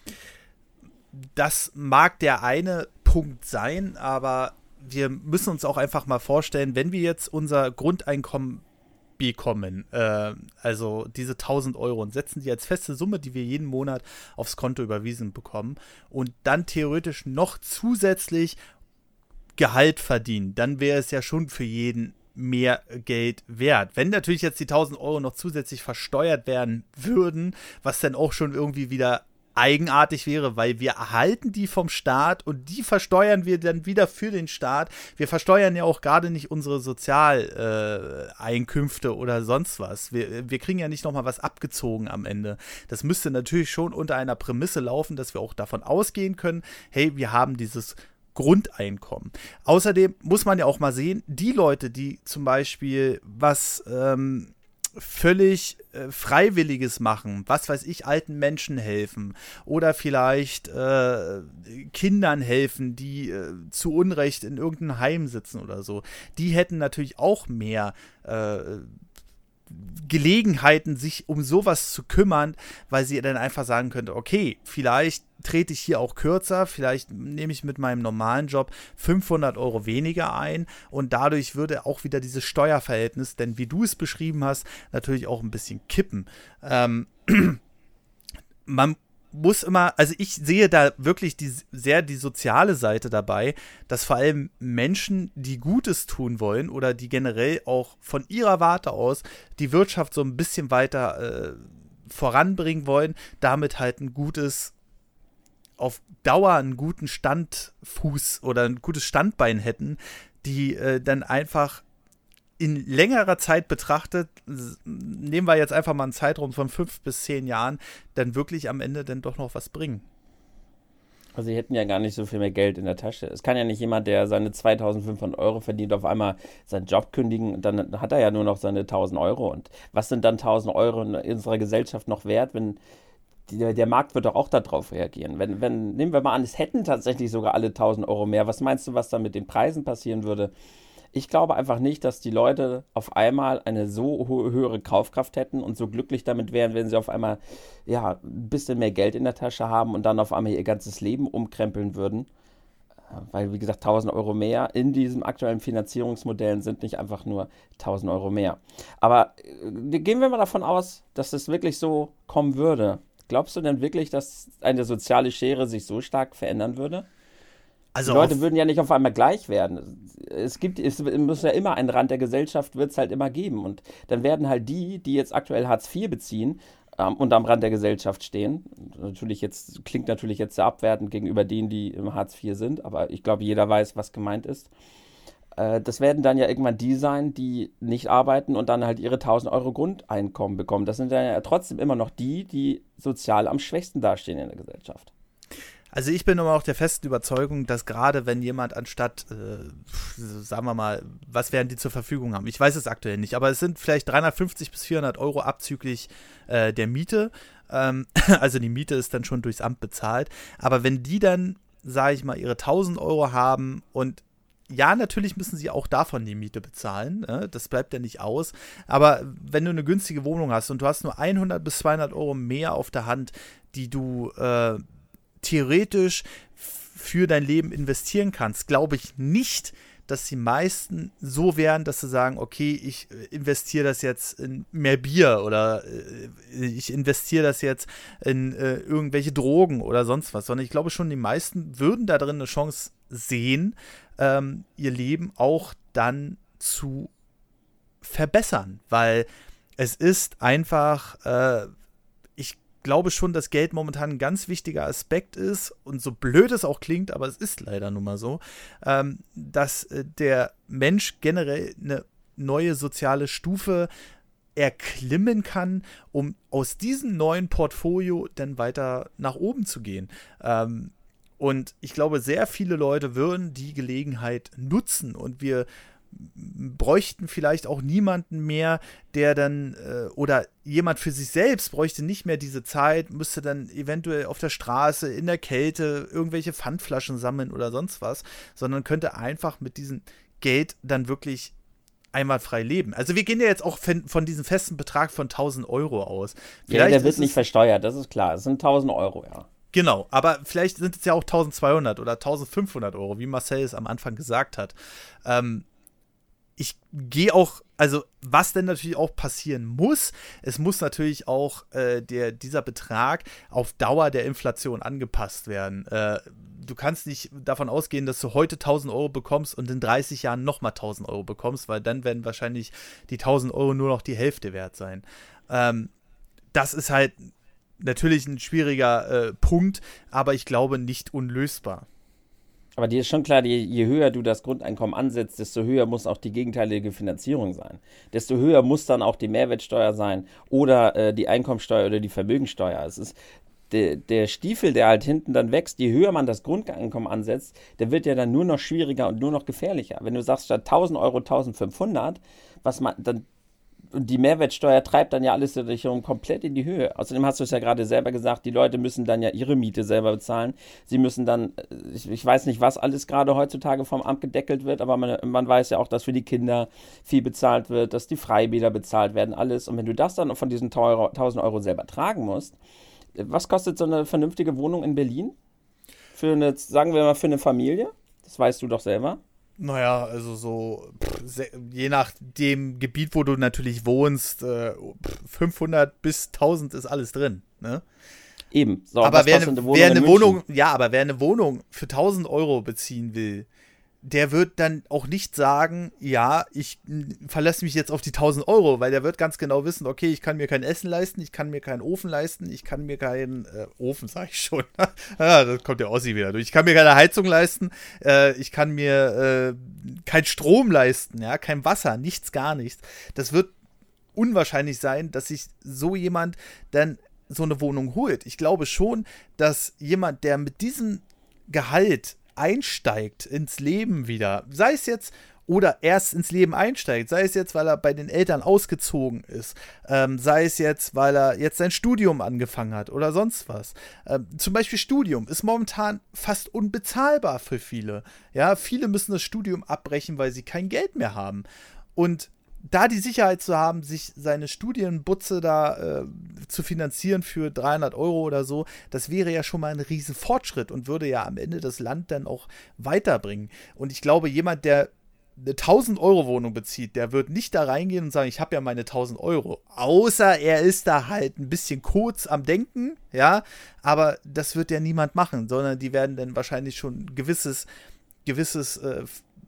Das mag der eine Punkt sein, aber wir müssen uns auch einfach mal vorstellen, wenn wir jetzt unser Grundeinkommen bekommen, äh, also diese tausend Euro und setzen die als feste Summe, die wir jeden Monat aufs Konto überwiesen bekommen und dann theoretisch noch zusätzlich Gehalt verdienen, dann wäre es ja schon für jeden mehr Geld wert. Wenn natürlich jetzt die tausend Euro noch zusätzlich versteuert werden würden, was dann auch schon irgendwie wieder eigenartig wäre, weil wir erhalten die vom Staat und die versteuern wir dann wieder für den Staat. Wir versteuern ja auch gerade nicht unsere Sozialeinkünfte äh, oder sonst was. Wir, wir kriegen ja nicht nochmal was abgezogen am Ende. Das müsste natürlich schon unter einer Prämisse laufen, dass wir auch davon ausgehen können, hey, wir haben dieses Grundeinkommen. Außerdem muss man ja auch mal sehen, die Leute, die zum Beispiel was ähm, völlig äh, Freiwilliges machen, was weiß ich, alten Menschen helfen oder vielleicht äh, Kindern helfen, die äh, zu Unrecht in irgendeinem Heim sitzen oder so, die hätten natürlich auch mehr äh, Gelegenheiten, sich um sowas zu kümmern, weil sie dann einfach sagen könnte, okay, vielleicht trete ich hier auch kürzer, vielleicht nehme ich mit meinem normalen Job fünfhundert Euro weniger ein und dadurch würde auch wieder dieses Steuerverhältnis, denn wie du es beschrieben hast, natürlich auch ein bisschen kippen. Ähm, man muss immer, also ich sehe da wirklich die, sehr die soziale Seite dabei, dass vor allem Menschen, die Gutes tun wollen oder die generell auch von ihrer Warte aus die Wirtschaft so ein bisschen weiter äh, voranbringen wollen, damit halt ein gutes, auf Dauer einen guten Standfuß oder ein gutes Standbein hätten, die äh, dann einfach in längerer Zeit betrachtet, nehmen wir jetzt einfach mal einen Zeitraum von fünf bis zehn Jahren, dann wirklich am Ende dann doch noch was bringen. Also sie hätten ja gar nicht so viel mehr Geld in der Tasche. Es kann ja nicht jemand, der seine zweitausendfünfhundert Euro verdient, auf einmal seinen Job kündigen. Dann hat er ja nur noch seine tausend Euro. Und was sind dann tausend Euro in unserer Gesellschaft noch wert, wenn die, der Markt wird doch auch darauf reagieren. Wenn, wenn, nehmen wir mal an, es hätten tatsächlich sogar alle tausend Euro mehr. Was meinst du, was dann mit den Preisen passieren würde? Ich glaube einfach nicht, dass die Leute auf einmal eine so ho- höhere Kaufkraft hätten und so glücklich damit wären, wenn sie auf einmal ja, ein bisschen mehr Geld in der Tasche haben und dann auf einmal ihr ganzes Leben umkrempeln würden. Weil, wie gesagt, tausend Euro mehr in diesen aktuellen Finanzierungsmodellen sind nicht einfach nur tausend Euro mehr. Aber äh, gehen wir mal davon aus, dass es wirklich so kommen würde. Glaubst du denn wirklich, dass eine soziale Schere sich so stark verändern würde? Also die Leute würden ja nicht auf einmal gleich werden. Es gibt, es muss ja immer einen Rand der Gesellschaft, wird es halt immer geben. Und dann werden halt die, die jetzt aktuell Hartz vier beziehen ähm, und am Rand der Gesellschaft stehen, natürlich jetzt, klingt natürlich jetzt sehr abwertend gegenüber denen, die im Hartz vier sind, aber ich glaube, jeder weiß, was gemeint ist. Äh, das werden dann ja irgendwann die sein, die nicht arbeiten und dann halt ihre tausend Euro Grundeinkommen bekommen. Das sind dann ja trotzdem immer noch die, die sozial am schwächsten dastehen in der Gesellschaft. Also ich bin immer auch der festen Überzeugung, dass gerade wenn jemand anstatt, äh, sagen wir mal, was werden die zur Verfügung haben? Ich weiß es aktuell nicht, aber es sind vielleicht dreihundertfünfzig bis vierhundert Euro abzüglich äh, der Miete. Ähm, also die Miete ist dann schon durchs Amt bezahlt. Aber wenn die dann, sage ich mal, ihre tausend Euro haben und ja, natürlich müssen sie auch davon die Miete bezahlen, ne? Das bleibt ja nicht aus, aber wenn du eine günstige Wohnung hast und du hast nur hundert bis zweihundert Euro mehr auf der Hand, die du äh, theoretisch für dein Leben investieren kannst, glaube ich nicht, dass die meisten so wären, dass sie sagen, okay, ich investiere das jetzt in mehr Bier oder äh, ich investiere das jetzt in äh, irgendwelche Drogen oder sonst was, sondern ich glaube schon, die meisten würden da drin eine Chance sehen, ähm, ihr Leben auch dann zu verbessern, weil es ist einfach, äh, ich glaube schon, dass Geld momentan ein ganz wichtiger Aspekt ist und so blöd es auch klingt, aber es ist leider nun mal so, ähm, dass äh, der Mensch generell eine neue soziale Stufe erklimmen kann, um aus diesem neuen Portfolio dann weiter nach oben zu gehen. Ähm, und ich glaube, sehr viele Leute würden die Gelegenheit nutzen und wir bräuchten vielleicht auch niemanden mehr, der dann, äh, oder jemand für sich selbst bräuchte nicht mehr diese Zeit, müsste dann eventuell auf der Straße, in der Kälte irgendwelche Pfandflaschen sammeln oder sonst was, sondern könnte einfach mit diesem Geld dann wirklich einwandfrei leben. Also wir gehen ja jetzt auch von, von diesem festen Betrag von tausend Euro aus. Vielleicht ja, der wird nicht versteuert, das ist klar. Es sind tausend Euro, ja. Genau, aber vielleicht sind es ja auch tausendzweihundert oder tausendfünfhundert Euro, wie Marcel es am Anfang gesagt hat. Ähm, Ich gehe auch, also was denn natürlich auch passieren muss, es muss natürlich auch äh, der, dieser Betrag auf Dauer der Inflation angepasst werden. Äh, du kannst nicht davon ausgehen, dass du heute tausend Euro bekommst und in dreißig Jahren nochmal tausend Euro bekommst, weil dann werden wahrscheinlich die tausend Euro nur noch die Hälfte wert sein. Ähm, das ist halt natürlich ein schwieriger äh, Punkt, aber ich glaube nicht unlösbar. Aber dir ist schon klar, je, je höher du das Grundeinkommen ansetzt, desto höher muss auch die gegenteilige Finanzierung sein. Desto höher muss dann auch die Mehrwertsteuer sein oder äh, die Einkommensteuer oder die Vermögensteuer. Es ist der, der Stiefel, der halt hinten dann wächst, je höher man das Grundeinkommen ansetzt, der wird ja dann nur noch schwieriger und nur noch gefährlicher. Wenn du sagst, statt tausend Euro eintausendfünfhundert, was man dann und die Mehrwertsteuer treibt dann ja alles Versicherung komplett in die Höhe. Außerdem hast du es ja gerade selber gesagt, die Leute müssen dann ja ihre Miete selber bezahlen. Sie müssen dann, ich, ich weiß nicht, was alles gerade heutzutage vom Amt gedeckelt wird, aber man, man weiß ja auch, dass für die Kinder viel bezahlt wird, dass die Freibäder bezahlt werden, alles. Und wenn du das dann von diesen tausend Euro selber tragen musst, was kostet so eine vernünftige Wohnung in Berlin? Für eine, sagen wir mal, für eine Familie? Das weißt du doch selber. Naja, also so, pff, je nach dem Gebiet, wo du natürlich wohnst, äh, fünfhundert bis tausend ist alles drin, ne? Eben. So, aber wer eine, eine Wohnung, wer eine Wohnung, ja, aber wer eine Wohnung für tausend Euro beziehen will, der wird dann auch nicht sagen, ja, ich verlasse mich jetzt auf die tausend Euro, weil der wird ganz genau wissen, okay, ich kann mir kein Essen leisten, ich kann mir keinen Ofen leisten, ich kann mir keinen äh, Ofen, sag ich schon, ja, das kommt der Ossi wieder durch, ich kann mir keine Heizung leisten, äh, ich kann mir äh, kein Strom leisten, ja, kein Wasser, nichts, gar nichts. Das wird unwahrscheinlich sein, dass sich so jemand dann so eine Wohnung holt. Ich glaube schon, dass jemand, der mit diesem Gehalt einsteigt ins Leben wieder, sei es jetzt oder erst ins Leben einsteigt, sei es jetzt, weil er bei den Eltern ausgezogen ist, ähm, sei es jetzt, weil er jetzt sein Studium angefangen hat oder sonst was. Ähm, zum Beispiel Studium ist momentan fast unbezahlbar für viele. Ja, viele müssen das Studium abbrechen, weil sie kein Geld mehr haben. Und da die Sicherheit zu haben, sich seine Studienbutze da äh, zu finanzieren für dreihundert Euro oder so, das wäre ja schon mal ein riesen Fortschritt und würde ja am Ende das Land dann auch weiterbringen. Und ich glaube, jemand, der eine tausend Euro Wohnung bezieht, der wird nicht da reingehen und sagen, ich habe ja meine tausend Euro. Außer er ist da halt ein bisschen kurz am Denken, ja, aber das wird ja niemand machen, sondern die werden dann wahrscheinlich schon ein gewisses, gewisses äh,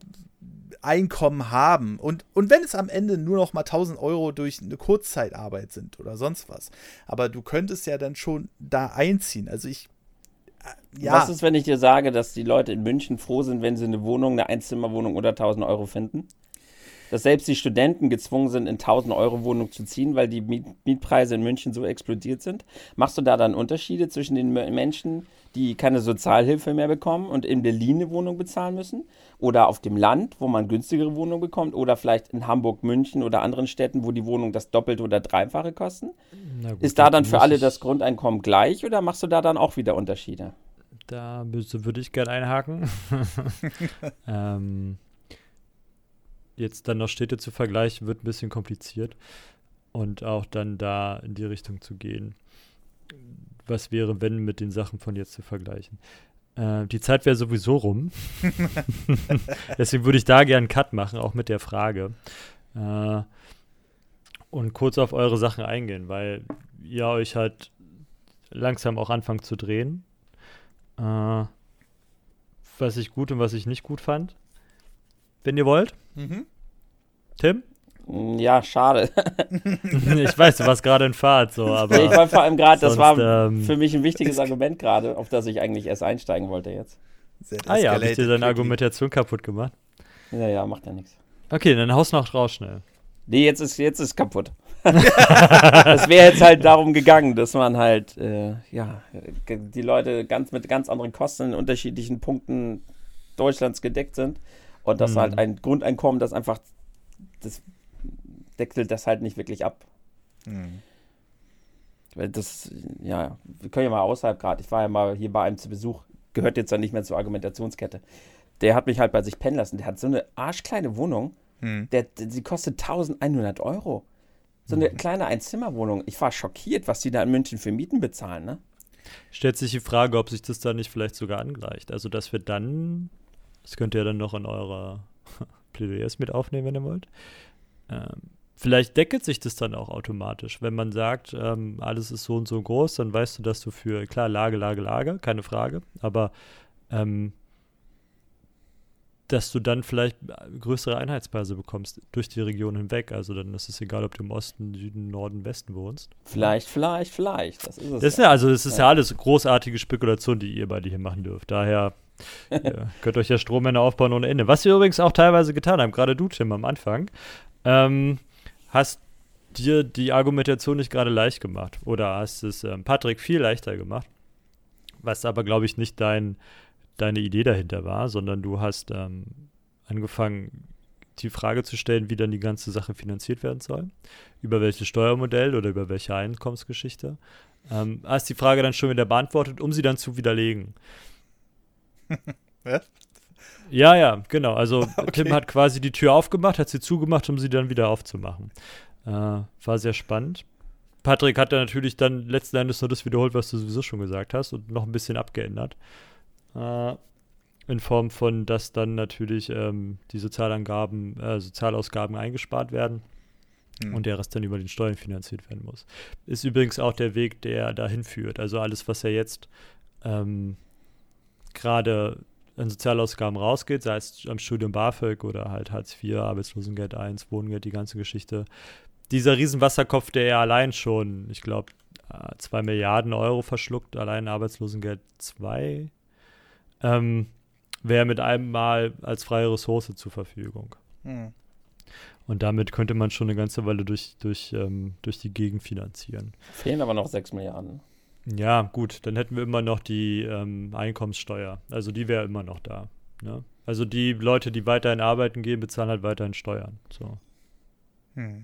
Einkommen haben. Und, und wenn es am Ende nur noch mal tausend Euro durch eine Kurzzeitarbeit sind oder sonst was. Aber du könntest ja dann schon da einziehen. Also ich, äh, ja. Was ist, wenn ich dir sage, dass die Leute in München froh sind, wenn sie eine Wohnung, eine Einzimmerwohnung oder tausend Euro finden? Dass selbst die Studenten gezwungen sind, in tausend Euro Wohnung zu ziehen, weil die Miet- Mietpreise in München so explodiert sind. Machst du da dann Unterschiede zwischen den Menschen, die keine Sozialhilfe mehr bekommen und in Berlin eine Wohnung bezahlen müssen? Oder auf dem Land, wo man günstigere Wohnungen bekommt? Oder vielleicht in Hamburg, München oder anderen Städten, wo die Wohnungen das Doppelte oder Dreifache kosten? Gut, ist da dann für alle das Grundeinkommen gleich oder machst du da dann auch wieder Unterschiede? Da würde ich gerne einhaken. ähm... Jetzt dann noch Städte zu vergleichen, wird ein bisschen kompliziert. Und auch dann da in die Richtung zu gehen. Was wäre, wenn mit den Sachen von jetzt zu vergleichen? Äh, die Zeit wäre sowieso rum. Deswegen würde ich da gerne einen Cut machen, auch mit der Frage. Äh, und kurz auf eure Sachen eingehen, weil ihr euch halt langsam auch anfangt zu drehen. Äh, was ich gut und was ich nicht gut fand. Wenn ihr wollt. Mhm. Tim? Ja, schade. Ich weiß, du warst gerade in Fahrt, so, aber. Ich war vor allem gerade, das war ähm, für mich ein wichtiges Argument gerade, auf das ich eigentlich erst einsteigen wollte jetzt. Ah ja, hab ich dir deine Argumentation kaputt gemacht? Ja, ja, macht ja nichts. Okay, dann haust noch raus schnell. Nee, jetzt ist jetzt ist kaputt. Es wäre jetzt halt darum gegangen, dass man halt, äh, ja, die Leute ganz mit ganz anderen Kosten in unterschiedlichen Punkten Deutschlands gedeckt sind. Und das mhm. halt ein Grundeinkommen, das einfach, das deckelt das halt nicht wirklich ab. Mhm. Weil das, ja, wir können ja mal außerhalb gerade, ich war ja mal hier bei einem zu Besuch, gehört jetzt dann nicht mehr zur Argumentationskette. Der hat mich halt bei sich pennen lassen. Der hat so eine arschkleine Wohnung, mhm. der, die kostet eintausendeinhundert Euro. So eine mhm. kleine Einzimmerwohnung. Ich war schockiert, was die da in München für Mieten bezahlen, ne? Stellt sich die Frage, ob sich das da nicht vielleicht sogar angleicht. Also, dass wir dann, das könnt ihr dann noch in eurer Plädoyers mit aufnehmen, wenn ihr wollt. Ähm, vielleicht deckelt sich das dann auch automatisch. Wenn man sagt, ähm, alles ist so und so groß, dann weißt du, dass du für, klar, Lage, Lage, Lage, keine Frage, aber ähm, dass du dann vielleicht größere Einheitspreise bekommst durch die Region hinweg. Also dann ist es egal, ob du im Osten, Süden, Norden, Westen wohnst. Vielleicht, vielleicht, vielleicht. Das ist es. Das ist ja, also es ist ja. ja alles großartige Spekulation, die ihr beide hier machen dürft. Daher ja, könnt ihr euch ja Strommänner aufbauen ohne Ende. Was wir übrigens auch teilweise getan haben, gerade du, Tim, am Anfang, ähm, hast dir die Argumentation nicht gerade leicht gemacht. Oder hast es ähm, Patrick viel leichter gemacht. Was aber, glaube ich, nicht dein deine Idee dahinter war, sondern du hast ähm, angefangen, die Frage zu stellen, wie dann die ganze Sache finanziert werden soll, über welches Steuermodell oder über welche Einkommensgeschichte. Ähm, hast die Frage dann schon wieder beantwortet, um sie dann zu widerlegen. Ja? Ja, ja, genau. Also Okay. Tim hat quasi die Tür aufgemacht, hat sie zugemacht, um sie dann wieder aufzumachen. Äh, war sehr spannend. Patrick hat dann natürlich dann letzten Endes nur das wiederholt, was du sowieso schon gesagt hast und noch ein bisschen abgeändert. Äh, in Form von, dass dann natürlich ähm, die Sozialangaben, äh, Sozialausgaben eingespart werden Hm. und der Rest dann über den Steuern finanziert werden muss. Ist übrigens auch der Weg, der dahin führt. Also alles, was ja jetzt ähm, gerade an Sozialausgaben rausgeht, sei es am Studium BAföG oder halt Hartz vier, Arbeitslosengeld eins, Wohngeld, die ganze Geschichte. Dieser Riesenwasserkopf, der ja allein schon, ich glaube, zwei Milliarden Euro verschluckt, allein Arbeitslosengeld zwei, ähm, wäre mit einem Mal als freie Ressource zur Verfügung. Hm. Und damit könnte man schon eine ganze Weile durch, durch, ähm, durch die Gegend finanzieren. Fehlen aber noch sechs Milliarden. Ja, gut, dann hätten wir immer noch die ähm, Einkommenssteuer. Also die wäre immer noch da. Ne? Also die Leute, die weiterhin arbeiten gehen, bezahlen halt weiterhin Steuern. So. Hm.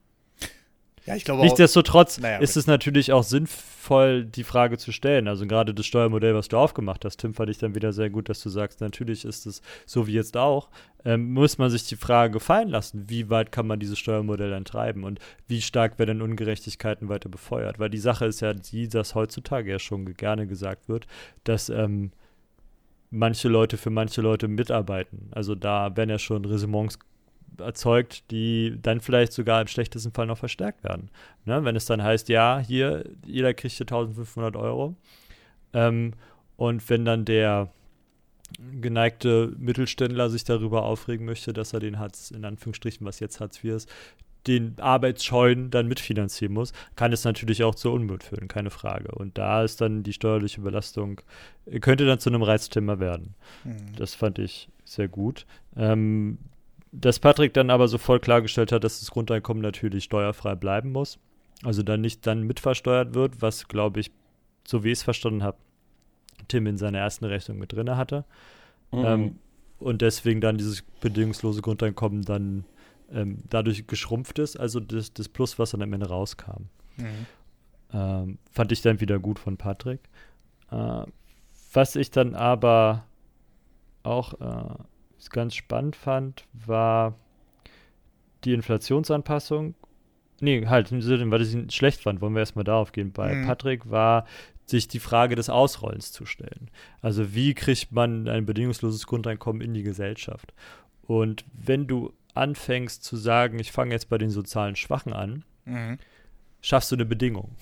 Ja, ich glaube auch. Nichtsdestotrotz Naja, ist es natürlich auch sinnvoll, die Frage zu stellen. Also gerade das Steuermodell, was du aufgemacht hast, Tim, fand ich dann wieder sehr gut, dass du sagst, natürlich ist es so wie jetzt auch, ähm, muss man sich die Frage gefallen lassen, wie weit kann man dieses Steuermodell dann treiben und wie stark werden Ungerechtigkeiten weiter befeuert. Weil die Sache ist ja die, dass heutzutage ja schon gerne gesagt wird, dass ähm, manche Leute für manche Leute mitarbeiten. Also da werden ja schon Ressentiments erzeugt, die dann vielleicht sogar im schlechtesten Fall noch verstärkt werden. Ne? Wenn es dann heißt, ja, hier, jeder kriegt hier eintausendfünfhundert Euro. Ähm, und wenn dann der geneigte Mittelständler sich darüber aufregen möchte, dass er den Hartz, in Anführungsstrichen, was jetzt Hartz vier ist, den Arbeitsscheuen dann mitfinanzieren muss, kann es natürlich auch zur Unmut führen, keine Frage. Und da ist dann die steuerliche Belastung, könnte dann zu einem Reizthema werden. Hm. Das fand ich sehr gut. Ähm, Dass Patrick dann aber sofort klargestellt hat, dass das Grundeinkommen natürlich steuerfrei bleiben muss. Also dann nicht dann mitversteuert wird, was, glaube ich, so wie ich es verstanden habe, Tim in seiner ersten Rechnung mit drin hatte. Mhm. Ähm, und deswegen dann dieses bedingungslose Grundeinkommen dann ähm, dadurch geschrumpft ist, also das, das Plus, was dann am Ende rauskam. Mhm. Ähm, fand ich dann wieder gut von Patrick. Äh, was ich dann aber auch äh, ganz spannend fand, war die Inflationsanpassung. Nee, halt, weil ich ihn schlecht fand, wollen wir erstmal darauf gehen. Bei Mhm. Patrick war, sich die Frage des Ausrollens zu stellen. Also wie kriegt man ein bedingungsloses Grundeinkommen in die Gesellschaft? Und wenn du anfängst zu sagen, ich fange jetzt bei den sozialen Schwachen an, Mhm. schaffst du eine Bedingung.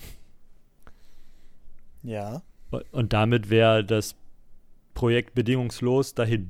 Ja. Und damit wäre das Projekt bedingungslos dahin.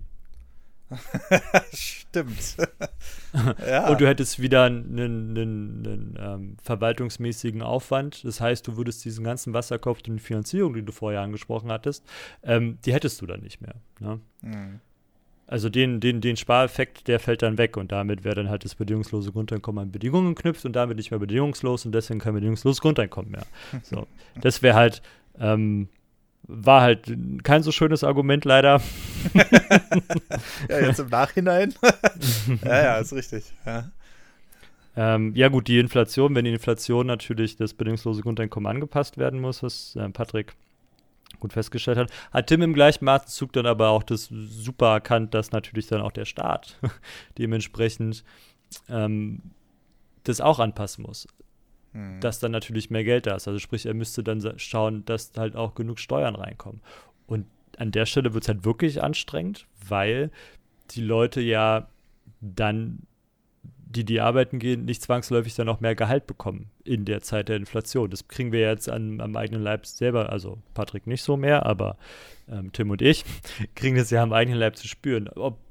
Stimmt. Ja. Und du hättest wieder einen, einen, einen ähm, verwaltungsmäßigen Aufwand. Das heißt, du würdest diesen ganzen Wasserkopf und die Finanzierung, die du vorher angesprochen hattest, ähm, die hättest du dann nicht mehr. Ne? Mhm. Also den, den, den Spareffekt, der fällt dann weg und damit wäre dann halt das bedingungslose Grundeinkommen an Bedingungen geknüpft und damit nicht mehr bedingungslos und deswegen kein bedingungsloses Grundeinkommen mehr. So. Das wäre halt ähm, war halt kein so schönes Argument leider. Ja, jetzt im Nachhinein. Ja, ja, ist richtig. Ja. Ähm, ja gut, die Inflation, wenn die Inflation natürlich das bedingungslose Grundeinkommen angepasst werden muss, was äh, Patrick gut festgestellt hat, hat Tim im gleichen Atemzug dann aber auch das super erkannt, dass natürlich dann auch der Staat dementsprechend ähm, das auch anpassen muss. Hm. Dass dann natürlich mehr Geld da ist. Also sprich, er müsste dann sa- schauen, dass halt auch genug Steuern reinkommen. Und an der Stelle wird es halt wirklich anstrengend, weil die Leute ja dann, die die arbeiten gehen, nicht zwangsläufig dann auch mehr Gehalt bekommen in der Zeit der Inflation. Das kriegen wir jetzt an, am eigenen Leib selber, also Patrick nicht so mehr, aber ähm, Tim und ich kriegen das ja am eigenen Leib zu spüren. Ob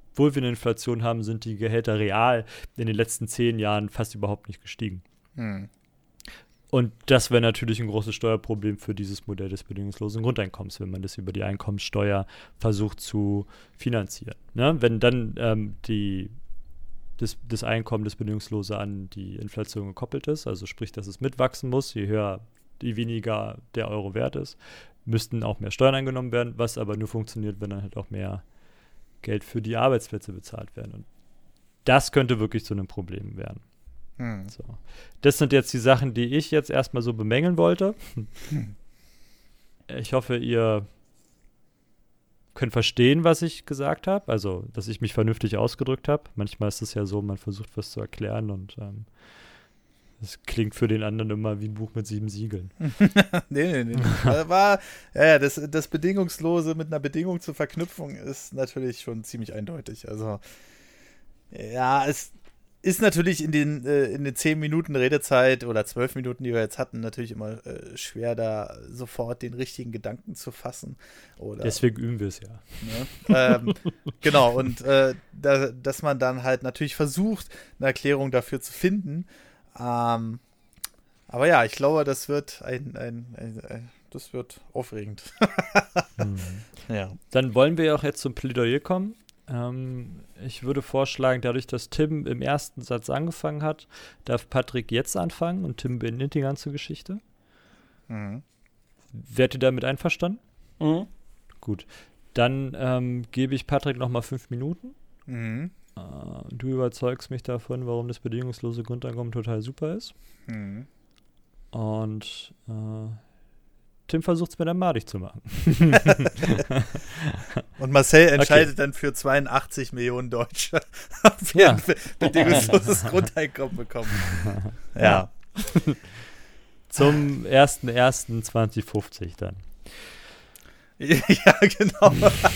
obwohl wir eine Inflation haben, sind die Gehälter real in den letzten zehn Jahren fast überhaupt nicht gestiegen. Hm. Und das wäre natürlich ein großes Steuerproblem für dieses Modell des bedingungslosen Grundeinkommens, wenn man das über die Einkommenssteuer versucht zu finanzieren. Ne? Wenn dann ähm, die, das, das Einkommen des Bedingungslosen an die Inflation gekoppelt ist, also sprich, dass es mitwachsen muss, je höher, je weniger der Euro wert ist, müssten auch mehr Steuern eingenommen werden, was aber nur funktioniert, wenn dann halt auch mehr Geld für die Arbeitsplätze bezahlt werden. Und das könnte wirklich zu einem Problem werden. Hm. So. Das sind jetzt die Sachen, die ich jetzt erstmal so bemängeln wollte. Hm. Ich hoffe, ihr könnt verstehen, was ich gesagt habe. Also, dass ich mich vernünftig ausgedrückt habe. Manchmal ist es ja so, man versucht was zu erklären und ähm, das klingt für den anderen immer wie ein Buch mit sieben Siegeln. nee, nee, nee. War, ja, das, das Bedingungslose mit einer Bedingung zur Verknüpfung ist natürlich schon ziemlich eindeutig. Also, ja, es ist natürlich in den, äh, in den zehn Minuten Redezeit oder zwölf Minuten, die wir jetzt hatten, natürlich immer äh, schwer, da sofort den richtigen Gedanken zu fassen. Oder, Deswegen üben wir es ja. Ne? ähm, genau, und äh, da, dass man dann halt natürlich versucht, eine Erklärung dafür zu finden. Ähm, aber ja, ich glaube, das wird ein, ein, ein, ein das wird aufregend. mhm. Ja. Dann wollen wir auch jetzt zum Plädoyer kommen. Ähm, ich würde vorschlagen, dadurch, dass Tim im ersten Satz angefangen hat, darf Patrick jetzt anfangen und Tim beendet die ganze Geschichte. Mhm. Werdet ihr damit einverstanden? Mhm. Gut. Dann ähm, gebe ich Patrick nochmal fünf Minuten. Mhm. Du überzeugst mich davon, warum das bedingungslose Grundeinkommen total super ist. Mhm. Und äh, Tim versucht es mir dann madig zu machen. Und Marcel entscheidet okay. dann für zweiundachtzig Millionen Deutsche, ob wir Ja. ein bedingungsloses Grundeinkommen bekommen. Ja. Zum ersten ersten zweitausendfünfzig dann. Ja, genau.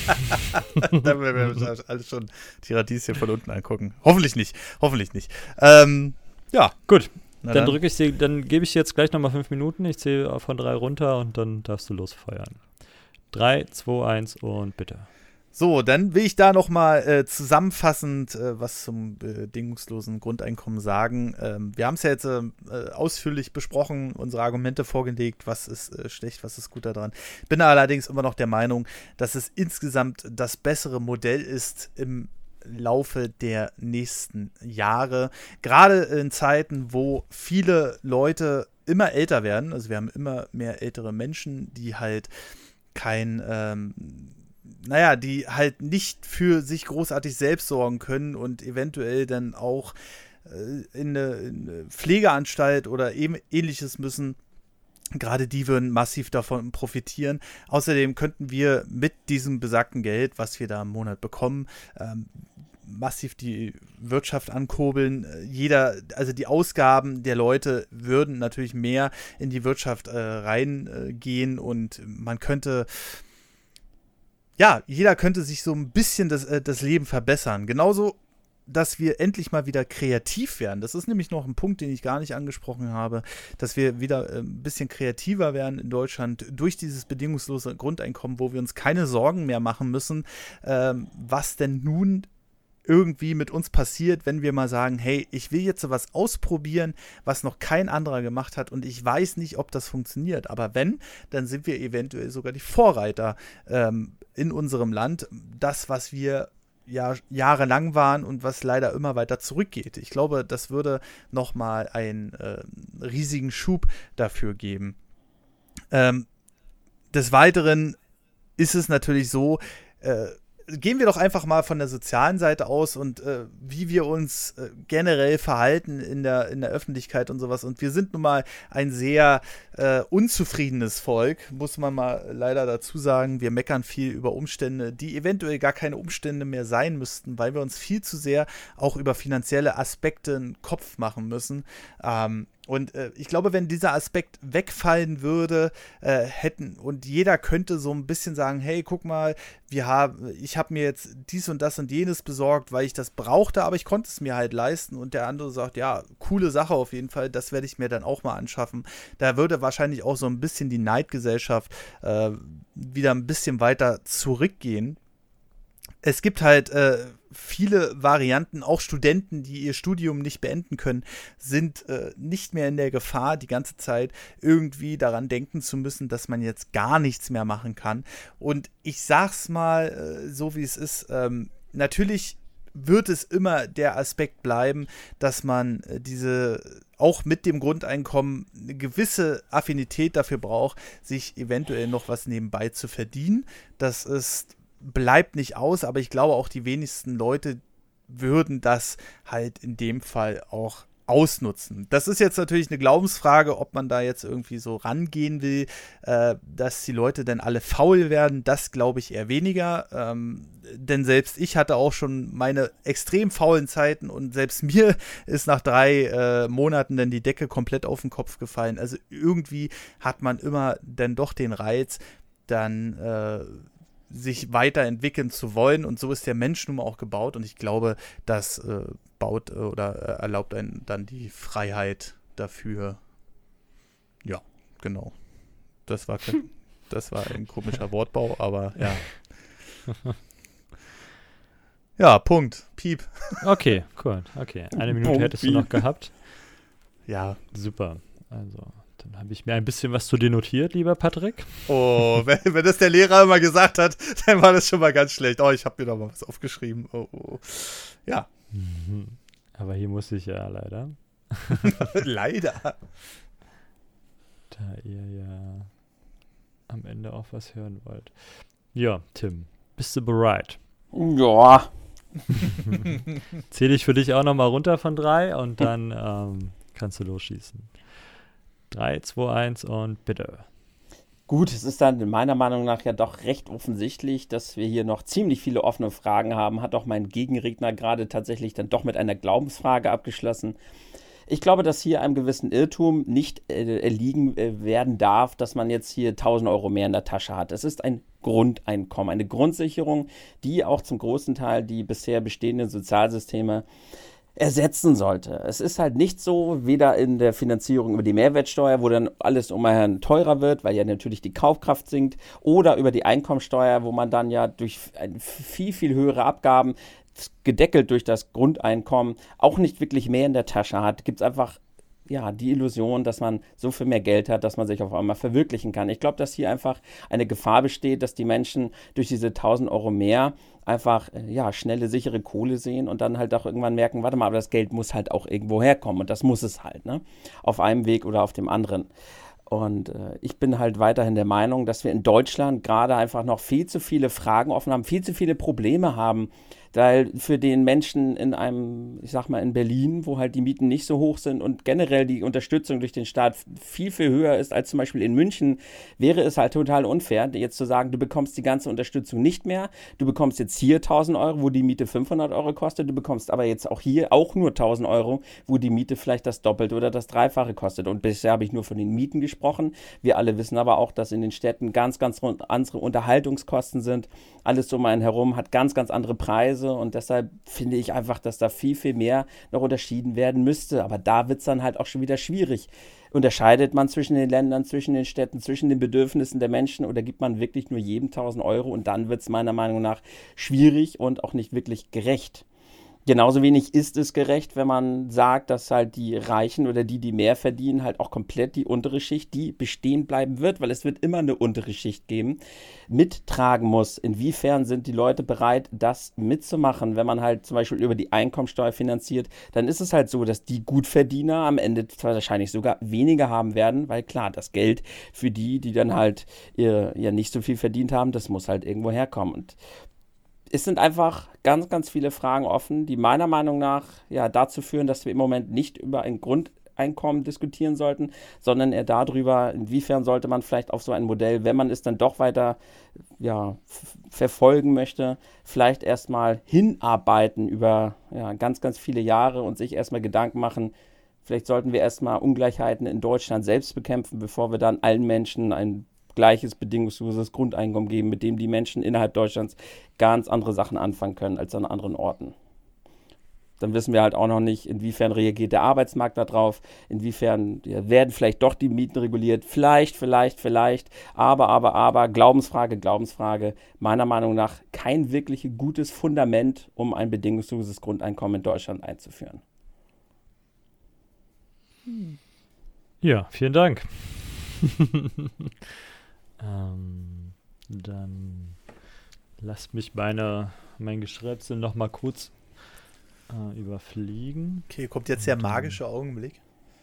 Da werden wir uns alles schon die Radieschen von unten angucken. Hoffentlich nicht. Hoffentlich nicht. Ähm, ja. Gut. Na dann drücke ich sie, dann gebe ich dir jetzt gleich nochmal fünf Minuten. Ich zähle von drei runter und dann darfst du losfeuern. Drei, zwei, eins und bitte. So, dann will ich da nochmal äh, zusammenfassend äh, was zum bedingungslosen Grundeinkommen sagen. Ähm, wir haben es ja jetzt äh, ausführlich besprochen, unsere Argumente vorgelegt, was ist äh, schlecht, was ist gut daran. Bin allerdings immer noch der Meinung, dass es insgesamt das bessere Modell ist im Laufe der nächsten Jahre. Gerade in Zeiten, wo viele Leute immer älter werden, also wir haben immer mehr ältere Menschen, die halt kein ähm, naja, die halt nicht für sich großartig selbst sorgen können und eventuell dann auch äh, in, eine, in eine Pflegeanstalt oder eben ähnliches müssen. Gerade die würden massiv davon profitieren. Außerdem könnten wir mit diesem besagten Geld, was wir da im Monat bekommen, ähm, massiv die Wirtschaft ankurbeln. Jeder, also die Ausgaben der Leute würden natürlich mehr in die Wirtschaft äh, reingehen äh, und man könnte Ja, jeder könnte sich so ein bisschen das, äh, das Leben verbessern. Genauso, dass wir endlich mal wieder kreativ werden. Das ist nämlich noch ein Punkt, den ich gar nicht angesprochen habe, dass wir wieder äh, ein bisschen kreativer werden in Deutschland durch dieses bedingungslose Grundeinkommen, wo wir uns keine Sorgen mehr machen müssen, ähm, was denn nun irgendwie mit uns passiert, wenn wir mal sagen, hey, ich will jetzt was ausprobieren, was noch kein anderer gemacht hat und ich weiß nicht, ob das funktioniert. Aber wenn, dann sind wir eventuell sogar die Vorreiter ähm, in unserem Land. Das, was wir ja jahrelang waren und was leider immer weiter zurückgeht. Ich glaube, das würde nochmal einen äh, riesigen Schub dafür geben. Ähm, des Weiteren ist es natürlich so, äh, gehen wir doch einfach mal von der sozialen Seite aus und äh, wie wir uns äh, generell verhalten in der, in der Öffentlichkeit und sowas. Und wir sind nun mal ein sehr äh, unzufriedenes Volk, muss man mal leider dazu sagen. Wir meckern viel über Umstände, die eventuell gar keine Umstände mehr sein müssten, weil wir uns viel zu sehr auch über finanzielle Aspekte einen Kopf machen müssen. Ähm, Und äh, ich glaube, wenn dieser Aspekt wegfallen würde, äh, hätten und jeder könnte so ein bisschen sagen, hey, guck mal, wir haben, ich habe mir jetzt dies und das und jenes besorgt, weil ich das brauchte, aber ich konnte es mir halt leisten. Und der andere sagt, ja, coole Sache auf jeden Fall, das werde ich mir dann auch mal anschaffen. Da würde wahrscheinlich auch so ein bisschen die Neidgesellschaft äh, wieder ein bisschen weiter zurückgehen. es gibt halt äh, viele Varianten, auch Studenten, die ihr Studium nicht beenden können, sind äh, nicht mehr in der Gefahr, die ganze Zeit irgendwie daran denken zu müssen, dass man jetzt gar nichts mehr machen kann. Und ich sag's mal äh, so, wie es ist, ähm, natürlich wird es immer der Aspekt bleiben, dass man äh, diese, auch mit dem Grundeinkommen, eine gewisse Affinität dafür braucht, sich eventuell noch was nebenbei zu verdienen. Das ist bleibt nicht aus, aber ich glaube auch die wenigsten Leute würden das halt in dem Fall auch ausnutzen. Das ist jetzt natürlich eine Glaubensfrage, ob man da jetzt irgendwie so rangehen will, äh, dass die Leute dann alle faul werden. Das glaube ich eher weniger, ähm, denn selbst ich hatte auch schon meine extrem faulen Zeiten und selbst mir ist nach drei äh, Monaten dann die Decke komplett auf den Kopf gefallen. Also irgendwie hat man immer dann doch den Reiz, dann äh, sich weiterentwickeln zu wollen, und so ist der Mensch nun mal auch gebaut, und ich glaube, das äh, baut äh, oder äh, erlaubt einen dann die Freiheit dafür. Ja, genau. Das war, das war ein komischer Wortbau, aber ja. Ja, Punkt. Piep. Okay, cool. Okay, eine Minute hättest du noch gehabt. Ja. Super. Also, dann habe ich mir ein bisschen was zu dir notiert, lieber Patrick. Oh, wenn, wenn das der Lehrer immer gesagt hat, dann war das schon mal ganz schlecht. Oh, ich habe mir doch mal was aufgeschrieben. Oh, oh. Ja. Mhm. Aber hier muss ich ja leider. Leider. Da ihr ja am Ende auch was hören wollt. Ja, Tim, bist du bereit? Ja. Zähle ich für dich auch nochmal runter von drei und dann ähm, kannst du losschießen. drei, zwei, eins und bitte. Gut, es ist dann meiner Meinung nach ja doch recht offensichtlich, dass wir hier noch ziemlich viele offene Fragen haben. Hat auch mein Gegenredner gerade tatsächlich dann doch mit einer Glaubensfrage abgeschlossen. Ich glaube, dass hier einem gewissen Irrtum nicht äh, erliegen äh, werden darf, dass man jetzt hier tausend Euro mehr in der Tasche hat. Es ist ein Grundeinkommen, eine Grundsicherung, die auch zum großen Teil die bisher bestehenden Sozialsysteme ersetzen sollte. Es ist halt nicht so, weder in der Finanzierung über die Mehrwertsteuer, wo dann alles umher teurer wird, weil ja natürlich die Kaufkraft sinkt, oder über die Einkommensteuer, wo man dann ja durch viel, viel höhere Abgaben, gedeckelt durch das Grundeinkommen, auch nicht wirklich mehr in der Tasche hat. Gibt es einfach ja, die Illusion, dass man so viel mehr Geld hat, dass man sich auf einmal verwirklichen kann. Ich glaube, dass hier einfach eine Gefahr besteht, dass die Menschen durch diese tausend Euro mehr einfach, ja, schnelle, sichere Kohle sehen und dann halt auch irgendwann merken, warte mal, aber das Geld muss halt auch irgendwo herkommen, und das muss es halt, ne? Auf einem Weg oder auf dem anderen. Und äh, ich bin halt weiterhin der Meinung, dass wir in Deutschland gerade einfach noch viel zu viele Fragen offen haben, viel zu viele Probleme haben, weil für den Menschen in einem, ich sag mal in Berlin, wo halt die Mieten nicht so hoch sind und generell die Unterstützung durch den Staat viel, viel höher ist als zum Beispiel in München, wäre es halt total unfair, jetzt zu sagen, du bekommst die ganze Unterstützung nicht mehr, du bekommst jetzt hier tausend Euro, wo die Miete fünfhundert Euro kostet, du bekommst aber jetzt auch hier auch nur tausend Euro, wo die Miete vielleicht das Doppelte oder das Dreifache kostet. Und bisher habe ich nur von den Mieten gesprochen. Wir alle wissen aber auch, dass in den Städten ganz, ganz andere Unterhaltungskosten sind. Alles um einen herum hat ganz, ganz andere Preise. Und deshalb finde ich einfach, dass da viel, viel mehr noch unterschieden werden müsste. Aber da wird es dann halt auch schon wieder schwierig. Unterscheidet man zwischen den Ländern, zwischen den Städten, zwischen den Bedürfnissen der Menschen, oder gibt man wirklich nur jedem tausend Euro? Und dann wird es meiner Meinung nach schwierig und auch nicht wirklich gerecht. Genauso wenig ist es gerecht, wenn man sagt, dass halt die Reichen oder die, die mehr verdienen, halt auch komplett die untere Schicht, die bestehen bleiben wird, weil es wird immer eine untere Schicht geben, mittragen muss. Inwiefern sind die Leute bereit, das mitzumachen? Wenn man halt zum Beispiel über die Einkommensteuer finanziert, dann ist es halt so, dass die Gutverdiener am Ende zwar wahrscheinlich sogar weniger haben werden, weil klar, das Geld für die, die dann halt ihr, ja nicht so viel verdient haben, das muss halt irgendwo herkommen. Und es sind einfach ganz, ganz viele Fragen offen, die meiner Meinung nach ja dazu führen, dass wir im Moment nicht über ein Grundeinkommen diskutieren sollten, sondern eher darüber, inwiefern sollte man vielleicht auf so ein Modell, wenn man es dann doch weiter ja, f- verfolgen möchte, vielleicht erstmal hinarbeiten über ja, ganz, ganz viele Jahre und sich erstmal Gedanken machen, vielleicht sollten wir erstmal Ungleichheiten in Deutschland selbst bekämpfen, bevor wir dann allen Menschen ein gleiches bedingungsloses Grundeinkommen geben, mit dem die Menschen innerhalb Deutschlands ganz andere Sachen anfangen können als an anderen Orten. Dann wissen wir halt auch noch nicht, inwiefern reagiert der Arbeitsmarkt darauf, inwiefern ja, werden vielleicht doch die Mieten reguliert, vielleicht, vielleicht, vielleicht, aber, aber, aber, Glaubensfrage, Glaubensfrage, meiner Meinung nach kein wirklich gutes Fundament, um ein bedingungsloses Grundeinkommen in Deutschland einzuführen. Ja, vielen Dank. ähm, dann lass mich meine, mein Geschrätzel noch mal kurz äh, überfliegen. Okay, kommt jetzt der magische Augenblick.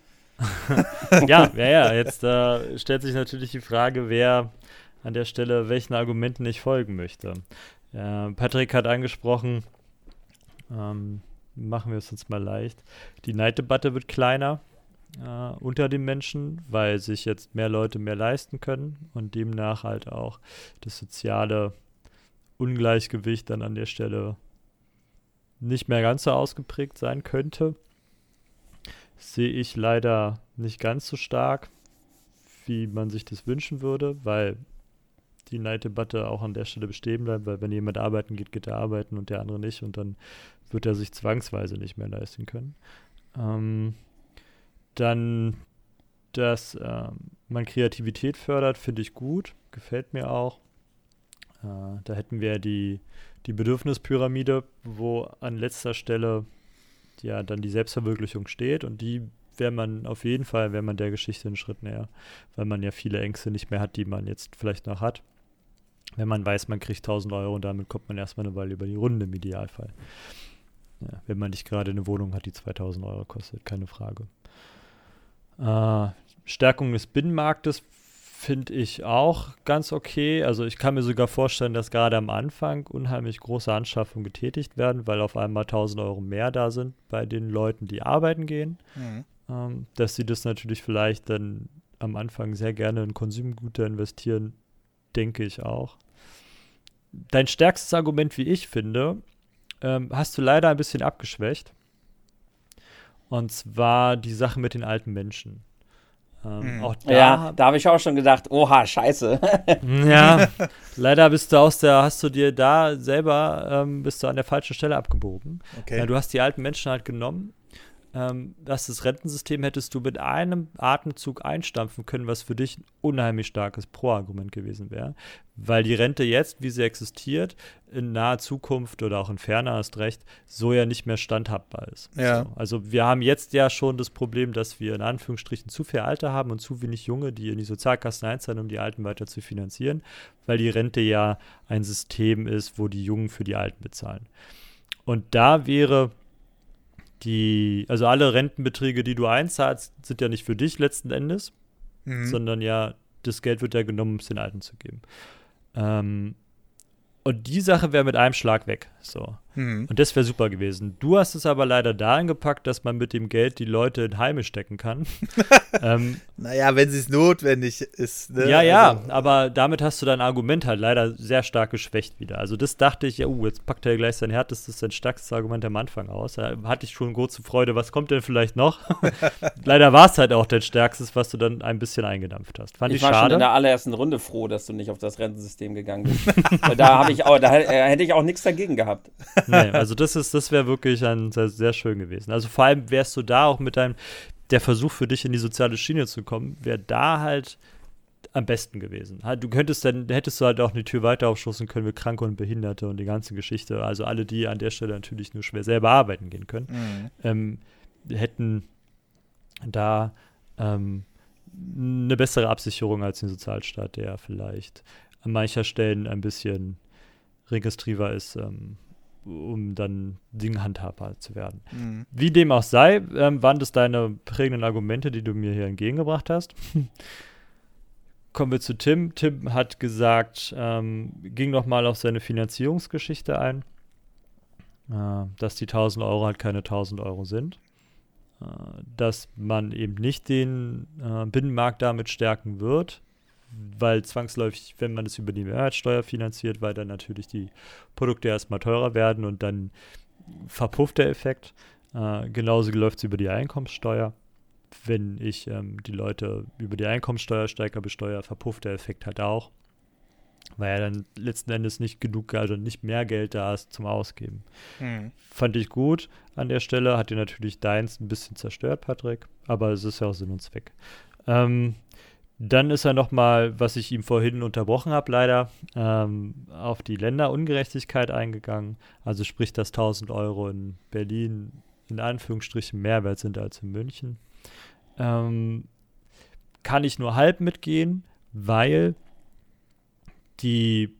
ja, ja, ja, jetzt äh, stellt sich natürlich die Frage, wer an der Stelle welchen Argumenten ich folgen möchte. Äh, Patrick hat angesprochen, ähm, machen wir es uns mal leicht, die Neiddebatte wird kleiner äh, unter den Menschen, weil sich jetzt mehr Leute mehr leisten können und demnach halt auch das soziale Ungleichgewicht dann an der Stelle nicht mehr ganz so ausgeprägt sein könnte. Sehe ich leider nicht ganz so stark, wie man sich das wünschen würde, weil die Neiddebatte auch an der Stelle bestehen bleibt, weil wenn jemand arbeiten geht, geht er arbeiten und der andere nicht und dann wird er sich zwangsweise nicht mehr leisten können. Ähm, dann, dass ähm, man Kreativität fördert, finde ich gut, gefällt mir auch. Äh, da hätten wir die, die Bedürfnispyramide, wo an letzter Stelle ja dann die Selbstverwirklichung steht und die wäre man auf jeden Fall, wäre man der Geschichte einen Schritt näher, weil man ja viele Ängste nicht mehr hat, die man jetzt vielleicht noch hat. Wenn man weiß, man kriegt tausend Euro und damit kommt man erstmal eine Weile über die Runde im Idealfall. Ja, wenn man nicht gerade eine Wohnung hat, die zweitausend Euro kostet, keine Frage. Äh, Stärkung des Binnenmarktes finde ich auch ganz okay. Also ich kann mir sogar vorstellen, dass gerade am Anfang unheimlich große Anschaffungen getätigt werden, weil auf einmal tausend Euro mehr da sind bei den Leuten, die arbeiten gehen. Mhm. Ähm, dass sie das natürlich vielleicht dann am Anfang sehr gerne in Konsumgüter investieren, denke ich auch. Dein stärkstes Argument, wie ich finde, ähm, hast du leider ein bisschen abgeschwächt. Und zwar die Sache mit den alten Menschen. Ähm, hm. auch da ja, da habe ich auch schon gedacht, oha, scheiße. ja, leider bist du aus der, hast du dir da selber, ähm, bist du an der falschen Stelle abgebogen. Okay. Ja, du hast die alten Menschen halt genommen. Ähm, das, das Rentensystem hättest du mit einem Atemzug einstampfen können, was für dich ein unheimlich starkes Pro-Argument gewesen wäre. Weil die Rente jetzt, wie sie existiert, in naher Zukunft oder auch in ferner, hast recht, so ja nicht mehr standhabbar ist. Ja. So. Also wir haben jetzt ja schon das Problem, dass wir in Anführungsstrichen zu viel Alte haben und zu wenig Junge, die in die Sozialkassen einzahlen, um die Alten weiter zu finanzieren, weil die Rente ja ein System ist, wo die Jungen für die Alten bezahlen. Und da wäre die, also alle Rentenbeträge, die du einzahlst, sind ja nicht für dich letzten Endes, mhm. sondern ja, das Geld wird ja genommen, um es den Alten zu geben. Ähm, und die Sache wäre mit einem Schlag weg. So. Mhm. Und das wäre super gewesen. Du hast es aber leider dahin gepackt, dass man mit dem Geld die Leute in Heime stecken kann. ähm, naja, wenn es notwendig ist. Ne? Ja, ja, also, aber damit hast du dein Argument halt leider sehr stark geschwächt wieder. Also das dachte ich, ja, uh, jetzt packt er gleich sein härtestes, sein stärkstes Argument am Anfang aus. Da hatte ich schon große Freude, was kommt denn vielleicht noch? Leider war es halt auch dein stärkstes, was du dann ein bisschen eingedampft hast. Fand ich, ich war schade. schon in der allerersten Runde froh, dass du nicht auf das Rentensystem gegangen bist. Weil da habe ich auch, da hätte ich auch nichts dagegen gehabt. Nee, also das ist, das wäre wirklich ein sehr, sehr schön gewesen. Also vor allem wärst du da auch mit deinem, der Versuch für dich in die soziale Schiene zu kommen, wäre da halt am besten gewesen. Du könntest dann, hättest du halt auch eine Tür weiter aufstoßen können für Kranke und Behinderte und die ganze Geschichte. Also alle, die an der Stelle natürlich nur schwer selber arbeiten gehen können, mhm. ähm, hätten da ähm, eine bessere Absicherung als den Sozialstaat, der vielleicht an mancher Stellen ein bisschen registrierbar ist, ähm, um dann Dinge handhabbar zu werden. Mhm. Wie dem auch sei, ähm, waren das deine prägenden Argumente, die du mir hier entgegengebracht hast. Kommen wir zu Tim. Tim hat gesagt, ähm, ging nochmal auf seine Finanzierungsgeschichte ein, äh, dass die tausend Euro halt keine tausend Euro sind, äh, dass man eben nicht den äh, Binnenmarkt damit stärken wird, weil zwangsläufig, wenn man es über die Mehrwertsteuer finanziert, weil dann natürlich die Produkte erstmal teurer werden und dann verpufft der Effekt. Äh, genauso läuft es über die Einkommenssteuer. Wenn ich ähm, die Leute über die Einkommenssteuer stärker besteuere, verpufft der Effekt halt auch. weil ja dann letzten Endes nicht genug, also nicht mehr Geld da ist zum Ausgeben. Hm. Fand ich gut an der Stelle, hat dir natürlich deins ein bisschen zerstört, Patrick, aber es ist ja auch Sinn und Zweck. Ähm, Dann ist er nochmal, was ich ihm vorhin unterbrochen habe, leider, ähm, auf die Länderungerechtigkeit eingegangen. Also sprich, dass tausend Euro in Berlin in Anführungsstrichen mehr wert sind als in München. Ähm, kann ich nur halb mitgehen, weil die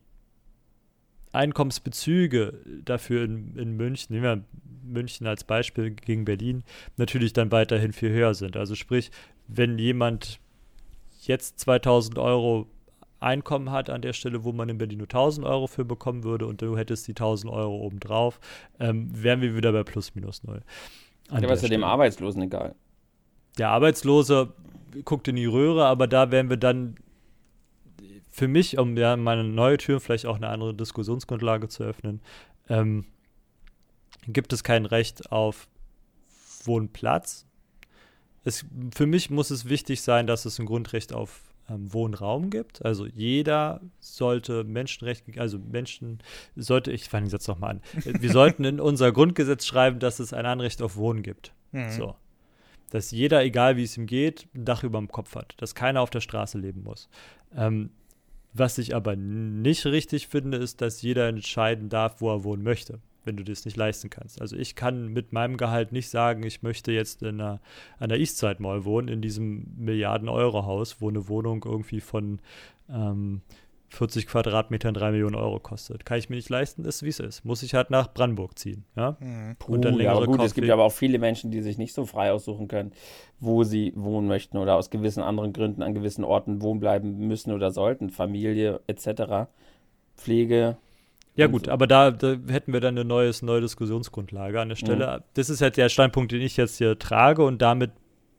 Einkommensbezüge dafür in, in München, nehmen wir München als Beispiel gegen Berlin, natürlich dann weiterhin viel höher sind. Also sprich, wenn jemand jetzt zweitausend Euro Einkommen hat an der Stelle, wo man in Berlin nur tausend Euro für bekommen würde und du hättest die tausend Euro obendrauf, ähm, wären wir wieder bei plus minus null. Ja, aber ist ja dem Arbeitslosen egal. Der Arbeitslose guckt in die Röhre, aber da wären wir dann für mich, um ja meine neue Tür vielleicht auch eine andere Diskussionsgrundlage zu öffnen, ähm, gibt es kein Recht auf Wohnplatz. Es, für mich muss es wichtig sein, dass es ein Grundrecht auf ähm, Wohnraum gibt. Also jeder sollte Menschenrecht, also Menschen sollte, ich fange den Satz nochmal an, wir sollten in unser Grundgesetz schreiben, dass es ein Anrecht auf Wohnen gibt. Mhm. So. Dass jeder, egal wie es ihm geht, ein Dach über dem Kopf hat. Dass keiner auf der Straße leben muss. Ähm, was ich aber nicht richtig finde, ist, dass jeder entscheiden darf, wo er wohnen möchte, wenn du das nicht leisten kannst. Also ich kann mit meinem Gehalt nicht sagen, ich möchte jetzt in einer, an der Eastside Mall wohnen, in diesem Milliarden-Euro-Haus, wo eine Wohnung irgendwie von ähm, vierzig Quadratmetern drei Millionen Euro kostet. Kann ich mir nicht leisten, ist wie es ist. Muss ich halt nach Brandenburg ziehen. Ja? Mhm. Puh, und dann ja, aber gut, Kaufwege. es gibt aber auch viele Menschen, die sich nicht so frei aussuchen können, wo sie wohnen möchten oder aus gewissen anderen Gründen an gewissen Orten wohnen bleiben müssen oder sollten. Familie et cetera. Pflege. Ja gut, so. aber da, da hätten wir dann eine neues, neue Diskussionsgrundlage an der Stelle. Mhm. Das ist halt der Standpunkt, den ich jetzt hier trage und damit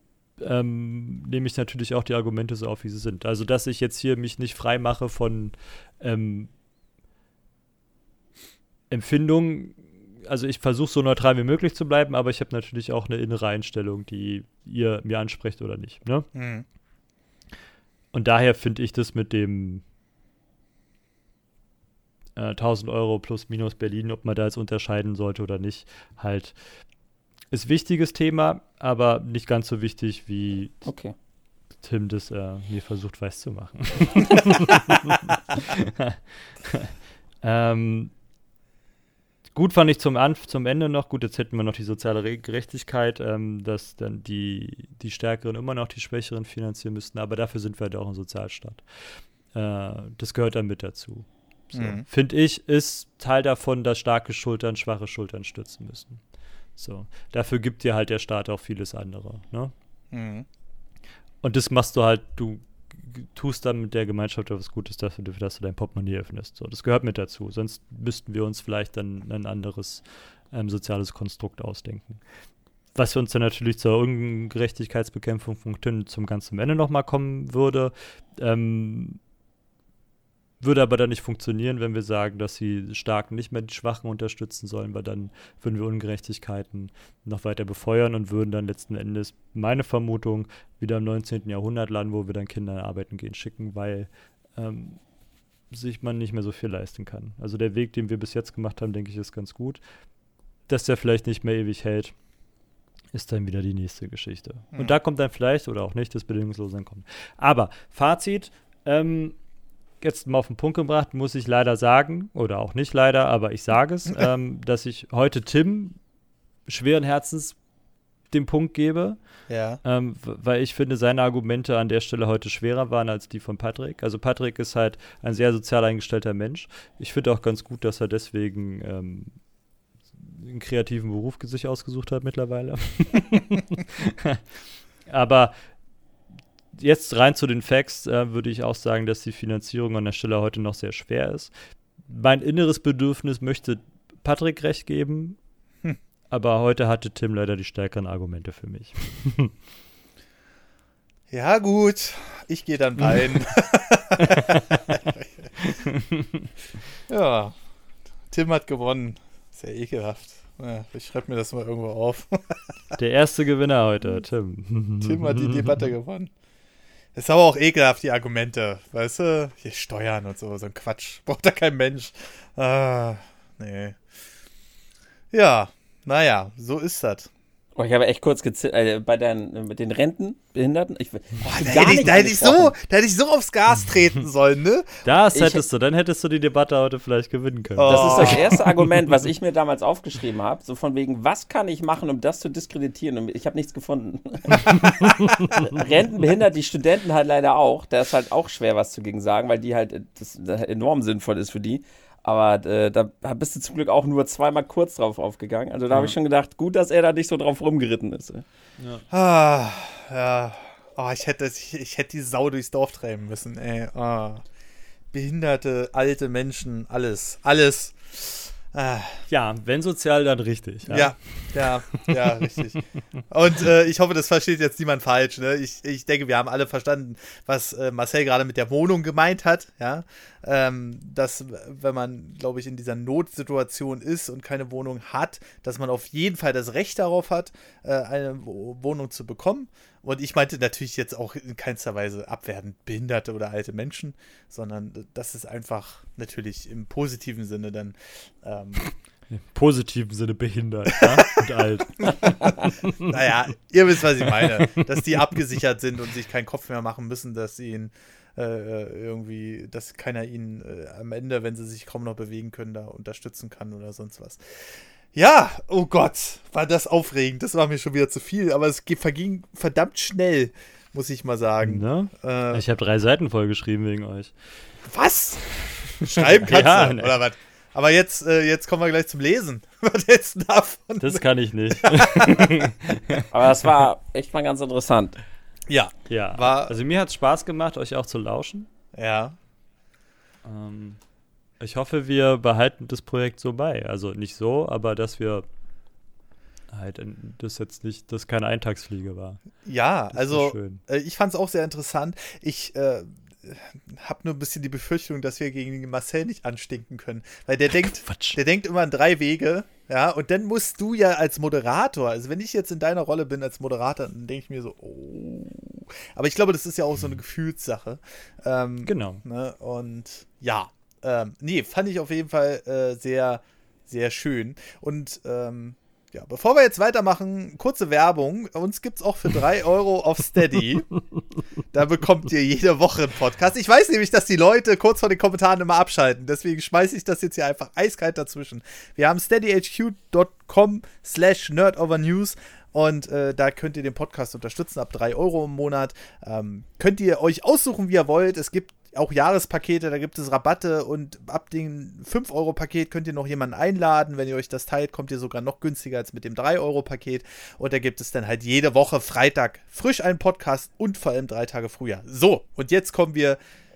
ähm, nehme ich natürlich auch die Argumente so auf, wie sie sind. Also, dass ich jetzt hier mich nicht frei mache von ähm, Empfindungen. Also, ich versuche so neutral wie möglich zu bleiben, aber ich habe natürlich auch eine innere Einstellung, die ihr mir ansprecht oder nicht. Ne? Mhm. Und daher finde ich das mit dem äh, tausend Euro plus minus Berlin, ob man da jetzt unterscheiden sollte oder nicht, halt ist wichtiges Thema, aber nicht ganz so wichtig, wie okay. Tim das äh, mir versucht weiß zu machen. ähm, gut fand ich zum, Anf- zum Ende noch, gut, jetzt hätten wir noch die soziale Re- Gerechtigkeit, ähm, dass dann die, die Stärkeren immer noch die Schwächeren finanzieren müssten, aber dafür sind wir halt auch ein Sozialstaat. Äh, das gehört dann mit dazu. So. Mhm. Finde ich, ist Teil davon, dass starke Schultern schwache Schultern stützen müssen. So. Dafür gibt dir halt der Staat auch vieles andere. Ne? Mhm. Und das machst du halt, du tust dann mit der Gemeinschaft etwas Gutes dafür, dass du dein Portemonnaie öffnest. So, das gehört mit dazu. Sonst müssten wir uns vielleicht dann ein anderes ähm, soziales Konstrukt ausdenken. Was für uns dann natürlich zur Ungerechtigkeitsbekämpfung von Tim zum ganzen Ende nochmal kommen würde, ähm, würde aber dann nicht funktionieren, wenn wir sagen, dass die Starken nicht mehr die Schwachen unterstützen sollen, weil dann würden wir Ungerechtigkeiten noch weiter befeuern und würden dann letzten Endes, meine Vermutung, wieder im neunzehnten Jahrhundert landen, wo wir dann Kinder arbeiten gehen schicken, weil ähm, sich man nicht mehr so viel leisten kann. Also der Weg, den wir bis jetzt gemacht haben, denke ich, ist ganz gut. Dass der vielleicht nicht mehr ewig hält, ist dann wieder die nächste Geschichte. Mhm. Und da kommt dann vielleicht, oder auch nicht, das bedingungslose Einkommen. Aber Fazit, ähm, jetzt mal auf den Punkt gebracht, muss ich leider sagen, oder auch nicht leider, aber ich sage es, ähm, dass ich heute Tim schweren Herzens den Punkt gebe, ja. ähm, weil ich finde, seine Argumente an der Stelle heute schwerer waren als die von Patrick. Also Patrick ist halt ein sehr sozial eingestellter Mensch. Ich finde auch ganz gut, dass er deswegen ähm, einen kreativen Beruf sich ausgesucht hat mittlerweile. Aber jetzt rein zu den Facts äh, würde ich auch sagen, dass die Finanzierung an der Stelle heute noch sehr schwer ist. Mein inneres Bedürfnis möchte Patrick recht geben, hm. aber heute hatte Tim leider die stärkeren Argumente für mich. Ja gut, ich gehe dann rein. Ja, Tim hat gewonnen. Sehr ekelhaft. Ja, ich schreibe mir das mal irgendwo auf. Der erste Gewinner heute, Tim. Tim hat die Debatte gewonnen. Ist aber auch ekelhaft, die Argumente. Weißt du? Hier Steuern und so, so ein Quatsch. Braucht da kein Mensch. Ah, nee. Ja, naja, so ist das. Oh, ich habe echt kurz gezittert, äh, bei den, mit den Rentenbehinderten. Ich, Boah, da, hätte ich, da, hätte ich so, da hätte ich so aufs Gas treten sollen, ne? Das Ich- hättest du, dann hättest du die Debatte heute vielleicht gewinnen können. Oh. Das ist das erste Argument, was ich mir damals aufgeschrieben habe. So von wegen, was kann ich machen, um das zu diskreditieren? Und ich habe nichts gefunden. Rentenbehindert, die Studenten halt leider auch. Da ist halt auch schwer, was dagegen sagen, weil die halt das, das enorm sinnvoll ist für die. Aber äh, da bist du zum Glück auch nur zweimal kurz drauf aufgegangen. Also da habe ich schon gedacht, gut, dass er da nicht so drauf rumgeritten ist. Ah, ja. Oh, ich hätte, ich, ich hätte die Sau durchs Dorf treiben müssen, ey. Ah. Behinderte, alte Menschen, alles. Alles. Ah. Ja, wenn sozial, dann richtig. Ja, ja, ja, richtig. Und äh, ich hoffe, das versteht jetzt niemand falsch. Ne? Ich, ich denke, wir haben alle verstanden, was äh, Marcel gerade mit der Wohnung gemeint hat. Ja, ähm, dass, wenn man, glaube ich, in dieser Notsituation ist und keine Wohnung hat, dass man auf jeden Fall das Recht darauf hat, äh, eine Wohnung zu bekommen. Und ich meinte natürlich jetzt auch in keinster Weise abwertend Behinderte oder alte Menschen, sondern das ist einfach natürlich im positiven Sinne dann ähm, Im positiven Sinne behindert, ja? Und alt. naja, ihr wisst, was ich meine. Dass die abgesichert sind und sich keinen Kopf mehr machen müssen, dass sie ihn äh, irgendwie, dass keiner ihnen äh, am Ende, wenn sie sich kaum noch bewegen können, da unterstützen kann oder sonst was. Ja, oh Gott, war das aufregend. Das war mir schon wieder zu viel, aber es ge- verging verdammt schnell, muss ich mal sagen. Ne? Äh, Ich habe drei Seiten vollgeschrieben wegen euch. was? Schreiben kannst Ja, du, ne. oder was? Aber jetzt, äh, jetzt kommen wir gleich zum Lesen. Was hältst du davon? Das kann ich nicht. Aber das war echt mal ganz interessant. ja, Ja, War- also mir hat es Spaß gemacht, euch auch zu lauschen. ja. Ähm, ich hoffe, wir behalten das Projekt so bei. Also nicht so, aber dass wir halt in- das jetzt nicht, das keine Eintagsfliege war. Ja, Das also ist schön. äh, ich fand es auch sehr interessant. Ich äh, habe nur ein bisschen die Befürchtung, dass wir gegen den Marcel nicht anstinken können. Weil der denkt, Quatsch. der denkt immer an drei Wege, ja, und dann musst du ja als Moderator, also wenn ich jetzt in deiner Rolle bin als Moderator, dann denke ich mir so, oh. Aber ich glaube, das ist ja auch so eine Gefühlssache. Ähm, Genau. Ne? Und ja, ähm, nee, fand ich auf jeden Fall äh, sehr, sehr schön. Und ähm, ja, bevor wir jetzt weitermachen, kurze Werbung. Uns gibt's auch für drei Euro auf Steady. Da bekommt ihr jede Woche einen Podcast. Ich weiß nämlich, dass die Leute kurz vor den Kommentaren immer abschalten. Deswegen schmeiße ich das jetzt hier einfach eiskalt dazwischen. Wir haben steadyhq.com slash nerdovernews und äh, da könnt ihr den Podcast unterstützen ab drei Euro im Monat. Ähm, könnt ihr euch aussuchen, wie ihr wollt. Es gibt auch Jahrespakete, da gibt es Rabatte und ab dem fünf Euro Paket könnt ihr noch jemanden einladen. Wenn ihr euch das teilt, kommt ihr sogar noch günstiger als mit dem drei Euro Paket. Und da gibt es dann halt jede Woche Freitag frisch einen Podcast und vor allem drei Tage früher. So, und jetzt kommen wir.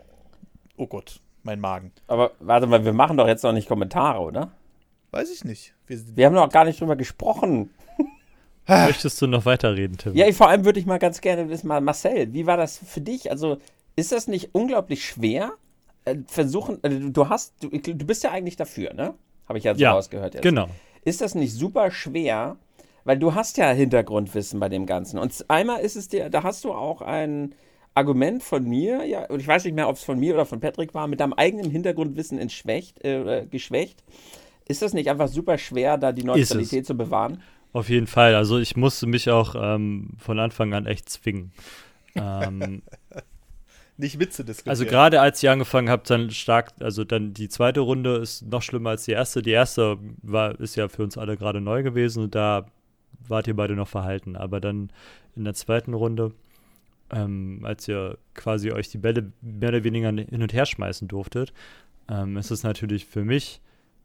Oh Gott, mein Magen. Aber warte mal, wir machen doch jetzt noch nicht Kommentare, oder? Weiß ich nicht. Wir, Wir haben noch gar nicht drüber gesprochen. Möchtest du noch weiterreden, Tim? Ja, ich, vor allem würde ich mal ganz gerne wissen, mal Marcel, wie war das für dich? Also, ist das nicht unglaublich schwer? Äh, versuchen, äh, du hast, du, du bist ja eigentlich dafür, ne? Habe ich ja so Ja, rausgehört jetzt. genau. Ist das nicht super schwer? Weil du hast ja Hintergrundwissen bei dem Ganzen. Und einmal ist es dir, da hast du auch ein Argument von mir, ja, und ich weiß nicht mehr, ob es von mir oder von Patrick war, mit deinem eigenen Hintergrundwissen entschwächt, äh, geschwächt. Ist das nicht einfach super schwer, da die Neutralität zu bewahren? Auf jeden Fall. Also ich musste mich auch ähm, von Anfang an echt zwingen. ähm, nicht mitzudiskutieren. also gerade als ich angefangen habe, dann stark, also dann die zweite Runde ist noch schlimmer als die erste. Die erste war, ist ja für uns alle gerade neu gewesen und da wart ihr beide noch verhalten. Aber dann in der zweiten Runde, ähm, als ihr quasi euch die Bälle mehr oder weniger hin und her schmeißen durftet, ähm, ist es natürlich für mich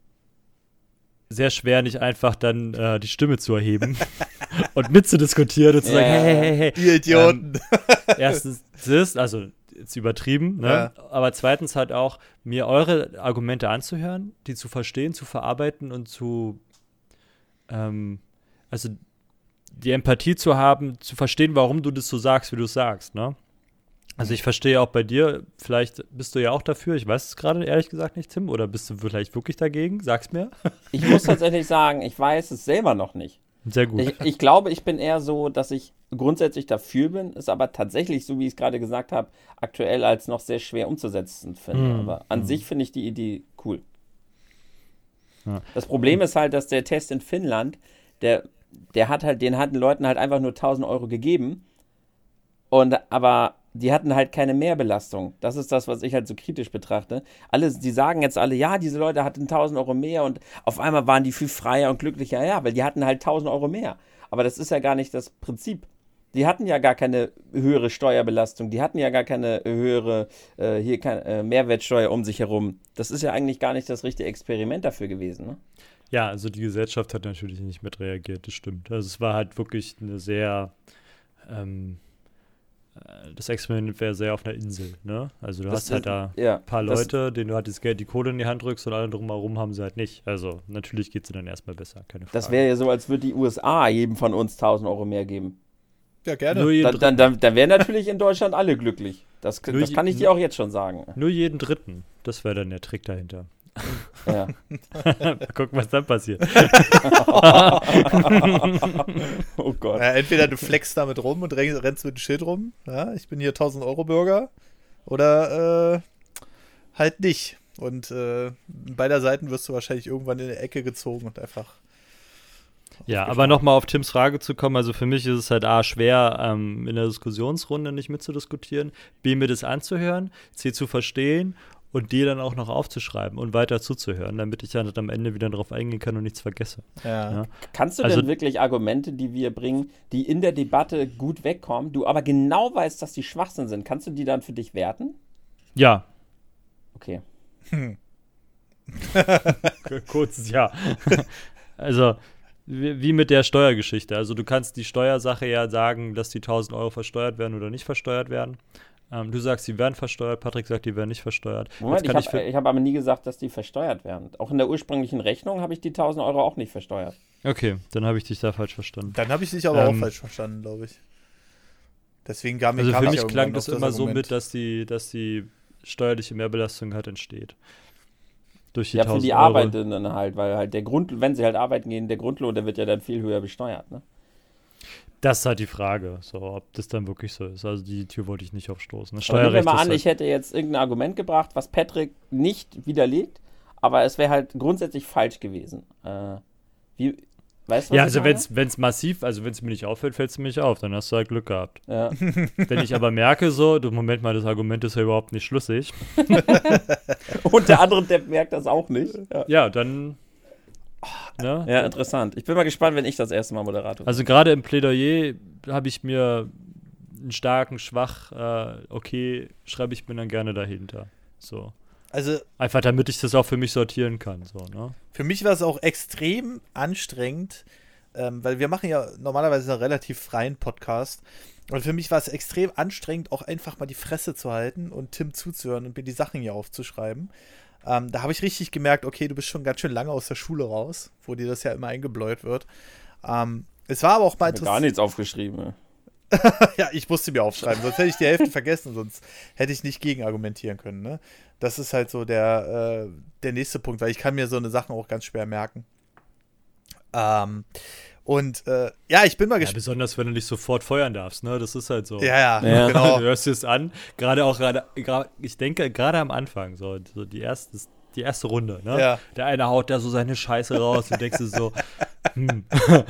sehr schwer, nicht einfach dann äh, die Stimme zu erheben und mitzudiskutieren und zu sagen, Ja. hey, hey, hey, Ihr Idioten. Ähm, erstens das, also jetzt übertrieben, ne? Ja. Aber zweitens halt auch, mir eure Argumente anzuhören, die zu verstehen, zu verarbeiten und zu, ähm, also die Empathie zu haben, zu verstehen, warum du das so sagst, wie du es sagst, ne? Also ich verstehe auch bei dir, vielleicht bist du ja auch dafür, ich weiß es gerade ehrlich gesagt nicht, Tim, oder bist du vielleicht wirklich dagegen? Sag's mir. Ich muss tatsächlich sagen, ich weiß es selber noch nicht. Sehr gut. Ich, ich glaube, ich bin eher so, dass ich grundsätzlich dafür bin, ist aber tatsächlich, so wie ich es gerade gesagt habe, aktuell als noch sehr schwer umzusetzen finde. Mm, aber an mm. sich finde ich die Idee cool. Ja. Das Problem ist halt, dass der Test in Finnland, der, der hat halt, den hatten Leuten halt einfach nur tausend Euro gegeben. Und aber die hatten halt keine Mehrbelastung. Das ist das, was ich halt so kritisch betrachte. Alle, die sagen jetzt alle, ja, diese Leute hatten tausend Euro mehr und auf einmal waren die viel freier und glücklicher. Ja, weil die hatten halt tausend Euro mehr. Aber das ist ja gar nicht das Prinzip. Die hatten ja gar keine höhere Steuerbelastung. Die hatten ja gar keine höhere äh, hier keine, äh, Mehrwertsteuer um sich herum. Das ist ja eigentlich gar nicht das richtige Experiment dafür gewesen. Ne? Ja, also die Gesellschaft hat natürlich nicht mit reagiert, das stimmt. Also es war halt wirklich eine sehr, ähm, das Experiment wäre sehr auf einer Insel, ne? Also du Das hast halt ist- da ja, ein paar das- Leute, denen du halt das Geld, die Kohle in die Hand drückst und alle drumherum haben sie halt nicht. Also natürlich geht es dann erstmal besser, keine Frage. Das wäre ja so, als würde die U S A jedem von uns tausend Euro mehr geben. Ja, gerne. nur jeden, Dann, dann, dann, dann wären natürlich in Deutschland alle glücklich. Das, Nur das je- kann ich dir auch jetzt schon sagen. nur jeden Dritten. Das wäre dann der Trick dahinter. Ja. Mal gucken, was dann passiert. Oh Gott. Ja, entweder du flexst damit rum und renn- rennst mit dem Schild rum, ja, ich bin hier tausend Euro Bürger, oder äh, halt nicht. Und äh, beider Seiten wirst du wahrscheinlich irgendwann in die Ecke gezogen und einfach. Ja, aber nochmal auf Tims Frage zu kommen, also für mich ist es halt A, schwer, ähm, in der Diskussionsrunde nicht mitzudiskutieren, B, mir das anzuhören, C, zu verstehen und D, dann auch noch aufzuschreiben und weiter zuzuhören, damit ich dann am Ende wieder drauf eingehen kann und nichts vergesse. Ja. Ja. Kannst du Also- denn wirklich Argumente, die wir bringen, die in der Debatte gut wegkommen, du aber genau weißt, dass die Schwachsinn sind, kannst du die dann für dich werten? Ja, Okay. kurzes Ja. Also, wie, wie mit der Steuergeschichte. Also, du kannst die Steuersache ja sagen, dass die tausend Euro versteuert werden oder nicht versteuert werden. Ähm, du sagst, sie werden versteuert, Patrick sagt, die werden nicht versteuert. Moment, Jetzt ich kann habe für- ich hab aber nie gesagt, dass die versteuert werden. Auch in der ursprünglichen Rechnung habe ich die tausend Euro auch nicht versteuert. Okay, dann habe ich dich da falsch verstanden. Dann habe ich dich aber auch Ähm, falsch verstanden, glaube ich. Deswegen kam, Also kam für ich mich ja klang irgendwann das auf immer so Argument. mit, dass die, dass die steuerliche Mehrbelastung halt entsteht. Durch die Ja, für tausend die Euro. Arbeitenden halt, weil halt der Grund, wenn sie halt arbeiten gehen, der Grundlohn, der wird ja dann viel höher besteuert, ne? Das ist halt die Frage, so, ob das dann wirklich so ist. Also die Tür wollte ich nicht aufstoßen. Das Aber nehmen wir Steuerrecht mal ist an, halt, ich hätte jetzt irgendein Argument gebracht, was Patrick nicht widerlegt, aber es wäre halt grundsätzlich falsch gewesen. Äh, wie, weißt du, was ja, ich also meine? wenn es massiv, also wenn es mir nicht auffällt, fällt es mir nicht auf, dann hast du halt Glück gehabt. Ja. Wenn ich aber merke so, du, Moment mal, das Argument ist ja überhaupt nicht schlüssig, Und der andere Depp merkt das auch nicht. Ja. ja, dann, ne? Ja, interessant. Ich bin mal gespannt, wenn ich das erste Mal Moderator bin. Also gerade im Plädoyer habe ich mir einen starken, schwach, äh, okay, schreibe ich mir dann gerne dahinter. So. Also Einfach damit ich das auch für mich sortieren kann. So, ne? für mich war es auch extrem anstrengend, ähm, weil wir machen ja normalerweise einen relativ freien Podcast. Und für mich war es extrem anstrengend, auch einfach mal die Fresse zu halten und Tim zuzuhören und mir die Sachen hier aufzuschreiben. Ähm, da habe ich richtig gemerkt, okay, du bist schon ganz schön lange aus der Schule raus, wo dir das ja immer eingebläut wird. Ähm, es war aber auch mal Ich habe gar interessant. nichts aufgeschrieben. Ja. Ja, ich musste mir aufschreiben, sonst hätte ich die Hälfte vergessen, sonst hätte ich nicht gegen argumentieren können. Ne? Das ist halt so der, äh, der nächste Punkt, weil ich kann mir so eine Sachen auch ganz schwer merken. Ähm, und äh, ja, ich bin mal Ja, gespannt. besonders wenn du nicht sofort feuern darfst, ne? Das ist halt so. Ja, ja, Ja. genau. Du hörst es an, gerade auch gerade, gra- ich denke, gerade am Anfang, so, so die erste, die erste Runde, ne? Ja. Der eine haut da so seine Scheiße raus und denkst du so, hm.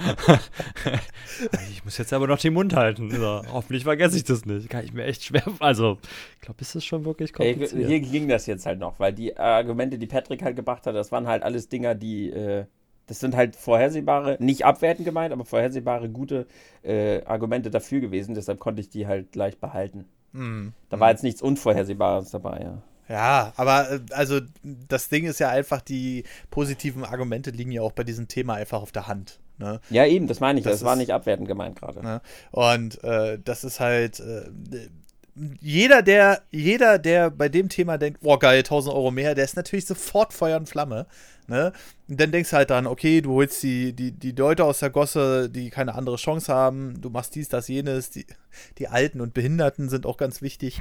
Ich muss jetzt aber noch den Mund halten. So, hoffentlich vergesse ich das nicht. Kann ich mir echt schwer, also, ich glaube, ist das schon wirklich Ey, kompliziert. hier ging das jetzt halt noch, weil die Argumente, die Patrick halt gebracht hat, das waren halt alles Dinger, die, äh, das sind halt vorhersehbare, nicht abwertend gemeint, aber vorhersehbare, gute äh, Argumente dafür gewesen, deshalb konnte ich die halt gleich behalten. Hm. Da war jetzt nichts Unvorhersehbares dabei, ja. Ja, aber äh, also das Ding ist ja einfach, die positiven Argumente liegen ja auch bei diesem Thema einfach auf der Hand. Ne? Ja, eben, das meine ich, Das das, war ist- nicht abwertend gemeint gerade. Ne? Und äh, das ist halt äh, jeder, der jeder, der bei dem Thema denkt, oh geil, tausend Euro mehr, der ist natürlich sofort Feuer und Flamme. Ne? Und dann denkst du halt dran, okay, du holst die, die, die Leute aus der Gosse, die keine andere Chance haben, du machst dies, das, jenes, die, die Alten und Behinderten sind auch ganz wichtig.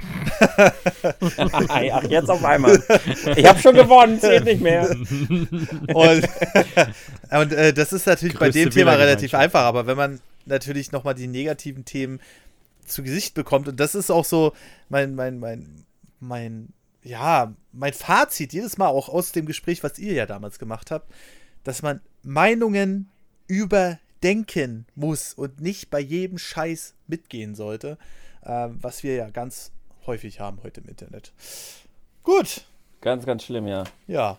Ach, jetzt auf einmal. Ich habe schon gewonnen, zählt nicht mehr. Und, und äh, das ist natürlich bei dem Thema relativ einfach, aber wenn man natürlich nochmal die negativen Themen zu Gesicht bekommt, und das ist auch so mein, mein, mein, mein, ja, mein Fazit jedes Mal auch aus dem Gespräch, was ihr ja damals gemacht habt, dass man Meinungen überdenken muss und nicht bei jedem Scheiß mitgehen sollte, äh, was wir ja ganz häufig haben heute im Internet. Gut. Ganz, ganz schlimm, ja. Ja.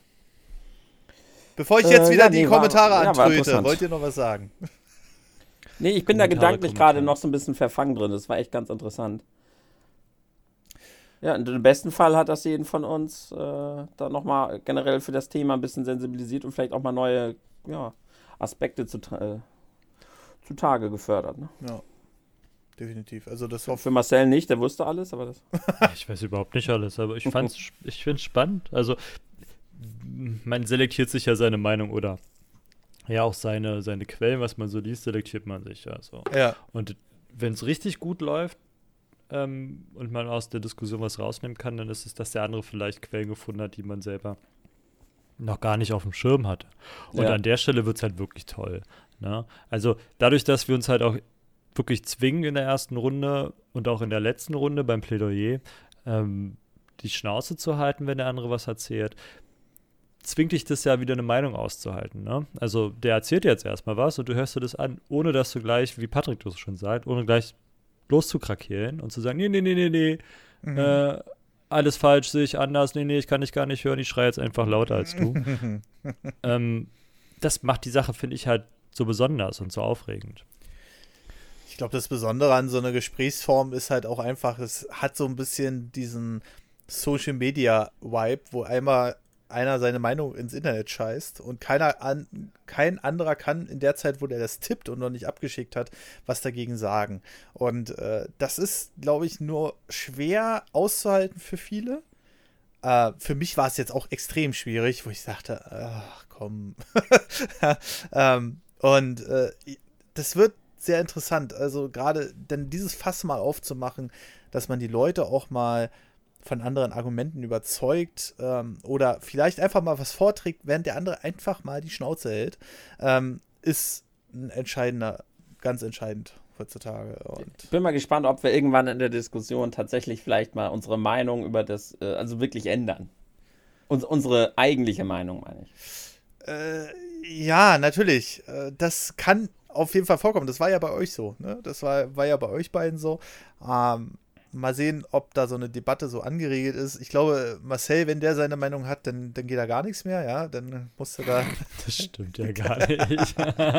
Bevor ich jetzt äh, wieder ja, die nee, Kommentare war, antröte, ja, wollt ihr noch was sagen? Nee, ich bin da gedanklich Kommentare. gerade noch so ein bisschen verfangen drin. Das war echt ganz interessant. Ja, und im besten Fall hat das jeden von uns äh, da nochmal generell für das Thema ein bisschen sensibilisiert und vielleicht auch mal neue ja, Aspekte zu, äh, zutage gefördert. Ne? Ja, definitiv. Also das Für Marcel nicht, der wusste alles, aber das... Ich weiß überhaupt nicht alles, aber ich fand's, ich finde es spannend. Also, man selektiert sich ja seine Meinung oder ja auch seine, seine Quellen, was man so liest, selektiert man sich ja so. Ja. Und wenn es richtig gut läuft ähm, und man aus der Diskussion was rausnehmen kann, dann ist es, dass der andere vielleicht Quellen gefunden hat, die man selber noch gar nicht auf dem Schirm hatte. Und Ja. an der Stelle wird es halt wirklich toll. Ne? Also dadurch, dass wir uns halt auch wirklich zwingen in der ersten Runde und auch in der letzten Runde beim Plädoyer, ähm, die Schnauze zu halten, wenn der andere was erzählt, zwingt dich das ja wieder eine Meinung auszuhalten. Ne? Also der erzählt jetzt erstmal was und du hörst dir das an, ohne dass du gleich, wie Patrick das schon sagt, ohne gleich loszukrakeelen und zu sagen, nee, nee, nee, nee, nee, Mhm. äh, alles falsch, sehe ich anders, nee, nee, ich kann dich gar nicht hören, ich schreie jetzt einfach lauter als du. ähm, das macht die Sache, finde ich, halt so besonders und so aufregend. Ich glaube, das Besondere an so einer Gesprächsform ist halt auch einfach, es hat so ein bisschen diesen Social-Media-Vibe, wo einmal einer seine Meinung ins Internet scheißt und keiner an, kein anderer kann in der Zeit, wo der das tippt und noch nicht abgeschickt hat, was dagegen sagen. Und äh, das ist, glaube ich, nur schwer auszuhalten für viele. Äh, für mich war es jetzt auch extrem schwierig, wo ich sagte, ach komm. ähm, und äh, das wird sehr interessant. Also gerade denn dieses Fass mal aufzumachen, dass man die Leute auch mal von anderen Argumenten überzeugt ähm, oder vielleicht einfach mal was vorträgt, während der andere einfach mal die Schnauze hält, ähm, ist ein entscheidender, ganz entscheidend heutzutage. Und Ich bin mal gespannt, ob wir irgendwann in der Diskussion tatsächlich vielleicht mal unsere Meinung über das, äh, also wirklich ändern. Uns, unsere eigentliche Meinung, meine ich. Äh, ja, natürlich. Äh, das kann auf jeden Fall vorkommen. Das war ja bei euch so. Ne? Das war, war ja bei euch beiden so. Ähm, mal sehen, ob da so eine Debatte so angeregelt ist. Ich glaube, Marcel, wenn der seine Meinung hat, dann, dann geht da gar nichts mehr. Ja, dann musst du da... Das stimmt ja gar nicht.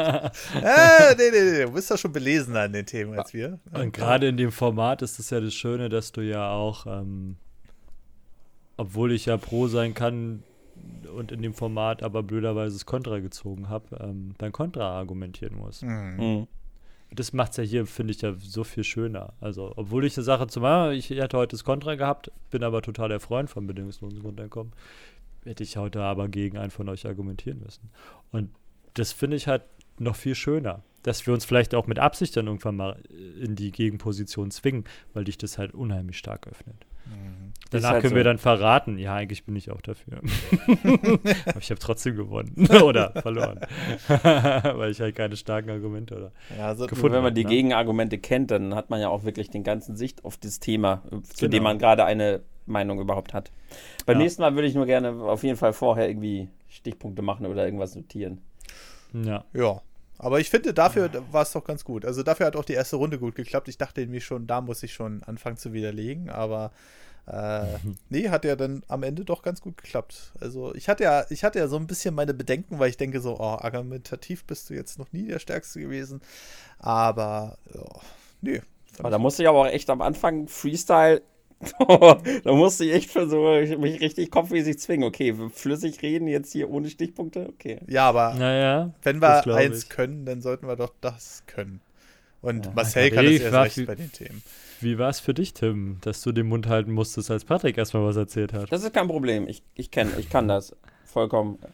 äh, nee, nee, nee. Du bist doch schon belesener an den Themen als wir. Und gerade in dem Format ist es ja das Schöne, dass du ja auch, ähm, obwohl ich ja pro sein kann und in dem Format aber blöderweise das Kontra gezogen habe, ähm, dein Kontra argumentieren musst. Mhm. Mhm. Das macht es ja hier, finde ich, ja so viel schöner. Also, obwohl ich eine Sache zum Beispiel, ich hätte heute das Kontra gehabt, bin aber total der Freund von bedingungslosen Grundeinkommen, hätte ich heute aber gegen einen von euch argumentieren müssen. Und das finde ich halt noch viel schöner, dass wir uns vielleicht auch mit Absicht dann irgendwann mal in die Gegenposition zwingen, weil dich das halt unheimlich stark öffnet. Mhm. Danach halt können so. wir dann verraten, ja, eigentlich bin ich auch dafür. Aber ich habe trotzdem gewonnen oder verloren, weil ich halt keine starken Argumente oder Ja, also, gefunden Wenn man hab, die ne? Gegenargumente kennt, dann hat man ja auch wirklich den ganzen Sicht auf das Thema, zu Genau. dem man gerade eine Meinung überhaupt hat. Beim Ja. nächsten Mal würde ich nur gerne auf jeden Fall vorher irgendwie Stichpunkte machen oder irgendwas notieren. Ja. ja. Aber ich finde, dafür war es doch ganz gut. Also dafür hat auch die erste Runde gut geklappt. Ich dachte irgendwie schon, da muss ich schon anfangen zu widerlegen, aber äh, nee, hat ja dann am Ende doch ganz gut geklappt. Also ich hatte ja, ich hatte ja so ein bisschen meine Bedenken, weil ich denke so, oh, argumentativ bist du jetzt noch nie der Stärkste gewesen. Aber oh, nee. Aber da musste ich aber auch echt am Anfang Freestyle, da musste ich echt für so mich richtig kopfmäßig zwingen. Okay, flüssig reden jetzt hier ohne Stichpunkte, okay. Ja, aber Naja, wenn das wir glaub eins ich. können, dann sollten wir doch das können. Und Ja. Marcel Aber kann es ich erst war recht wie- bei den Themen. Wie war es für dich, Tim, dass du den Mund halten musstest, als Patrick erstmal was erzählt hat? Das ist kein Problem. Ich, ich, kenn, ich kann das vollkommen.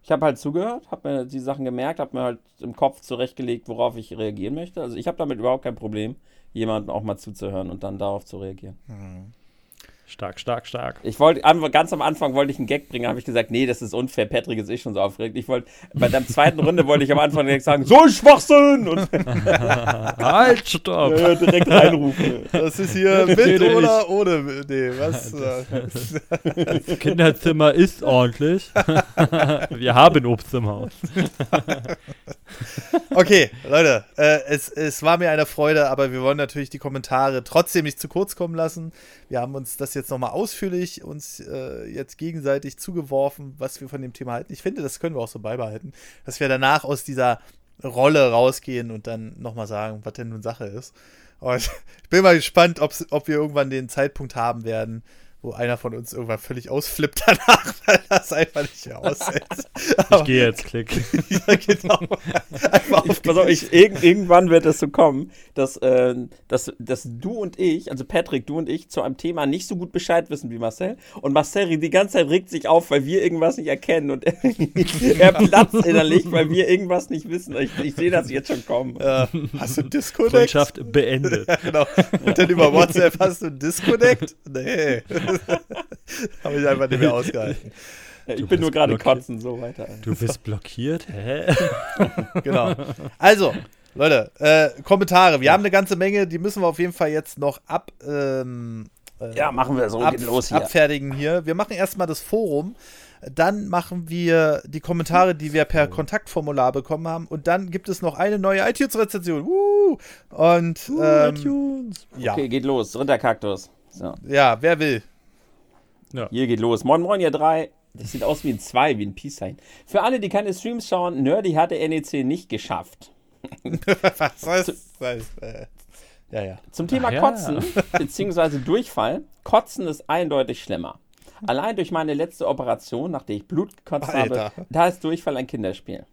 Ich habe halt zugehört, habe mir die Sachen gemerkt, habe mir halt im Kopf zurechtgelegt, worauf ich reagieren möchte. Also ich habe damit überhaupt kein Problem, jemandem auch mal zuzuhören und dann darauf zu reagieren. Mhm. Stark, stark, stark. Ich wollte, ganz am Anfang wollte ich einen Gag bringen, habe ich gesagt, nee, das ist unfair, Patrick ist eh schon so aufgeregt. Ich wollte, bei der zweiten Runde wollte ich am Anfang direkt sagen, so ein Schwachsinn! Und halt, stopp! äh, direkt reinrufen. Das ist hier mit Nee, nee, oder ohne. Nee, was? Das Kinderzimmer ist ordentlich. Wir haben Obst im Haus. Okay, Leute, äh, es, es war mir eine Freude, aber wir wollen natürlich die Kommentare trotzdem nicht zu kurz kommen lassen. Wir haben uns das jetzt nochmal ausführlich uns äh, jetzt gegenseitig zugeworfen, was wir von dem Thema halten. Ich finde, das können wir auch so beibehalten, dass wir danach aus dieser Rolle rausgehen und dann nochmal sagen, was denn nun Sache ist. Und ich bin mal gespannt, ob's, ob wir irgendwann den Zeitpunkt haben werden, wo einer von uns irgendwann völlig ausflippt danach, weil das einfach nicht mehr aushält. Ich gehe jetzt, klick. Ja, genau. Einfach Ich, pass auf, ich, irg- irgendwann wird es so kommen, dass, äh, dass, dass du und ich, also Patrick, du und ich, zu einem Thema nicht so gut Bescheid wissen wie Marcel. Und Marcel die ganze Zeit regt sich auf, weil wir irgendwas nicht erkennen. Und er, er platzt innerlich, weil wir irgendwas nicht wissen. Ich, ich sehe das jetzt schon kommen. Äh, hast du einen Disconnect? Freundschaft beendet. Ja, genau. Und dann über WhatsApp hast du einen Disconnect? Nee. Habe ich einfach nicht mehr ausgehalten. Ja, ich Du bin nur bist gerade blockiert. kotzen, so weiter. Du bist blockiert? Hä? Genau. Also, Leute, äh, Kommentare. Wir haben eine ganze Menge, die müssen wir auf jeden Fall jetzt noch ab, ähm, äh, Ja, machen wir so, ab, geht los hier. abfertigen hier. Wir machen erstmal das Forum. Dann machen wir die Kommentare, die wir per Kontaktformular bekommen haben. Und dann gibt es noch eine neue iTunes-Rezension. Uh, und Uh, ähm, iTunes. ja. Okay, geht los. Dritter Kaktus. So. Ja, wer will? Hier geht los. Moin Moin, ihr drei. Das sieht aus wie ein zwei, wie ein Peace-Sign. Für alle, die keine Streams schauen, Nerdy hatte N E C nicht geschafft. Was soll's? Äh, ja, ja. Zum Thema Ach ja. Kotzen bzw. Durchfall. Kotzen ist eindeutig schlimmer. Allein durch meine letzte Operation, nach der ich Blut gekotzt Alter. habe, da ist Durchfall ein Kinderspiel.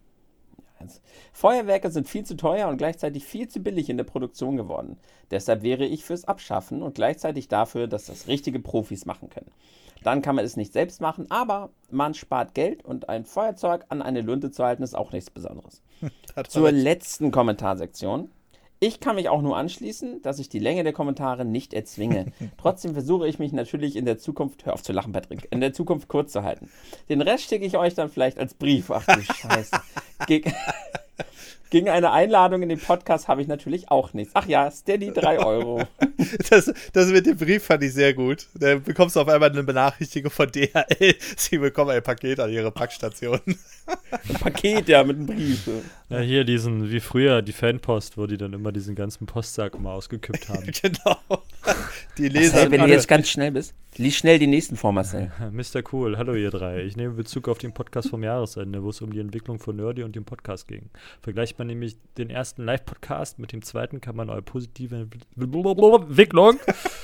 Feuerwerke sind viel zu teuer und gleichzeitig viel zu billig in der Produktion geworden. Deshalb wäre ich fürs Abschaffen und gleichzeitig dafür, dass das richtige Profis machen können. Dann kann man es nicht selbst machen, aber man spart Geld und ein Feuerzeug an eine Lunte zu halten ist auch nichts Besonderes. Zur letzten Kommentarsektion. Ich kann mich auch nur anschließen, dass ich die Länge der Kommentare nicht erzwinge. Trotzdem versuche ich mich natürlich in der Zukunft, hör auf zu lachen, Patrick, in der Zukunft kurz zu halten. Den Rest schicke ich euch dann vielleicht als Brief. Ach du Scheiße. Geg Gegen eine Einladung in den Podcast habe ich natürlich auch nichts. Ach ja, Steady drei Euro. Das, das mit dem Brief fand ich sehr gut. Da bekommst du auf einmal eine Benachrichtigung von D H L. Sie bekommen ein Paket an ihre Packstation. Ein Paket, ja, mit einem Brief. Ja, hier diesen, wie früher, die Fanpost, wo die dann immer diesen ganzen Postsack mal ausgekippt haben. Genau. Die Marcel, Leser. wenn du jetzt ganz schnell bist, lies schnell die nächsten vor, Marcel. Mister Cool, hallo ihr drei. Ich nehme Bezug auf den Podcast vom Jahresende, wo es um die Entwicklung von Nerdy und dem Podcast ging. Vergleicht man nämlich den ersten Live-Podcast mit dem zweiten, kann man eure positive Entwicklung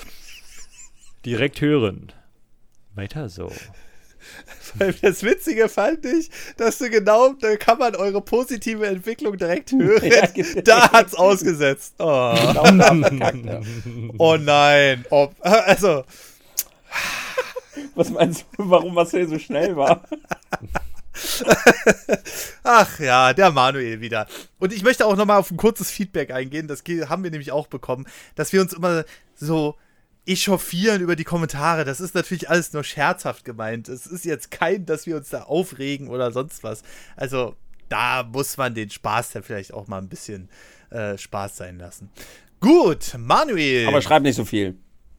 direkt hören. Weiter so. Das Witzige fand ich, dass du genau, da kann man eure positive Entwicklung direkt hören. Ja, genau. Da hat's ausgesetzt. Oh, oh nein. Oh, also, Was meinst du, warum Marcel so schnell war? ach ja, der Manuel wieder. Und ich möchte auch nochmal auf ein kurzes Feedback eingehen. Das haben wir nämlich auch bekommen, dass wir uns immer so echauffieren über die Kommentare. Das ist natürlich alles nur scherzhaft gemeint. Es ist jetzt kein, dass wir uns da aufregen oder sonst was. Also da muss man den Spaß dann vielleicht auch mal ein bisschen äh, Spaß sein lassen. Gut, Manuel. Aber schreib nicht so viel.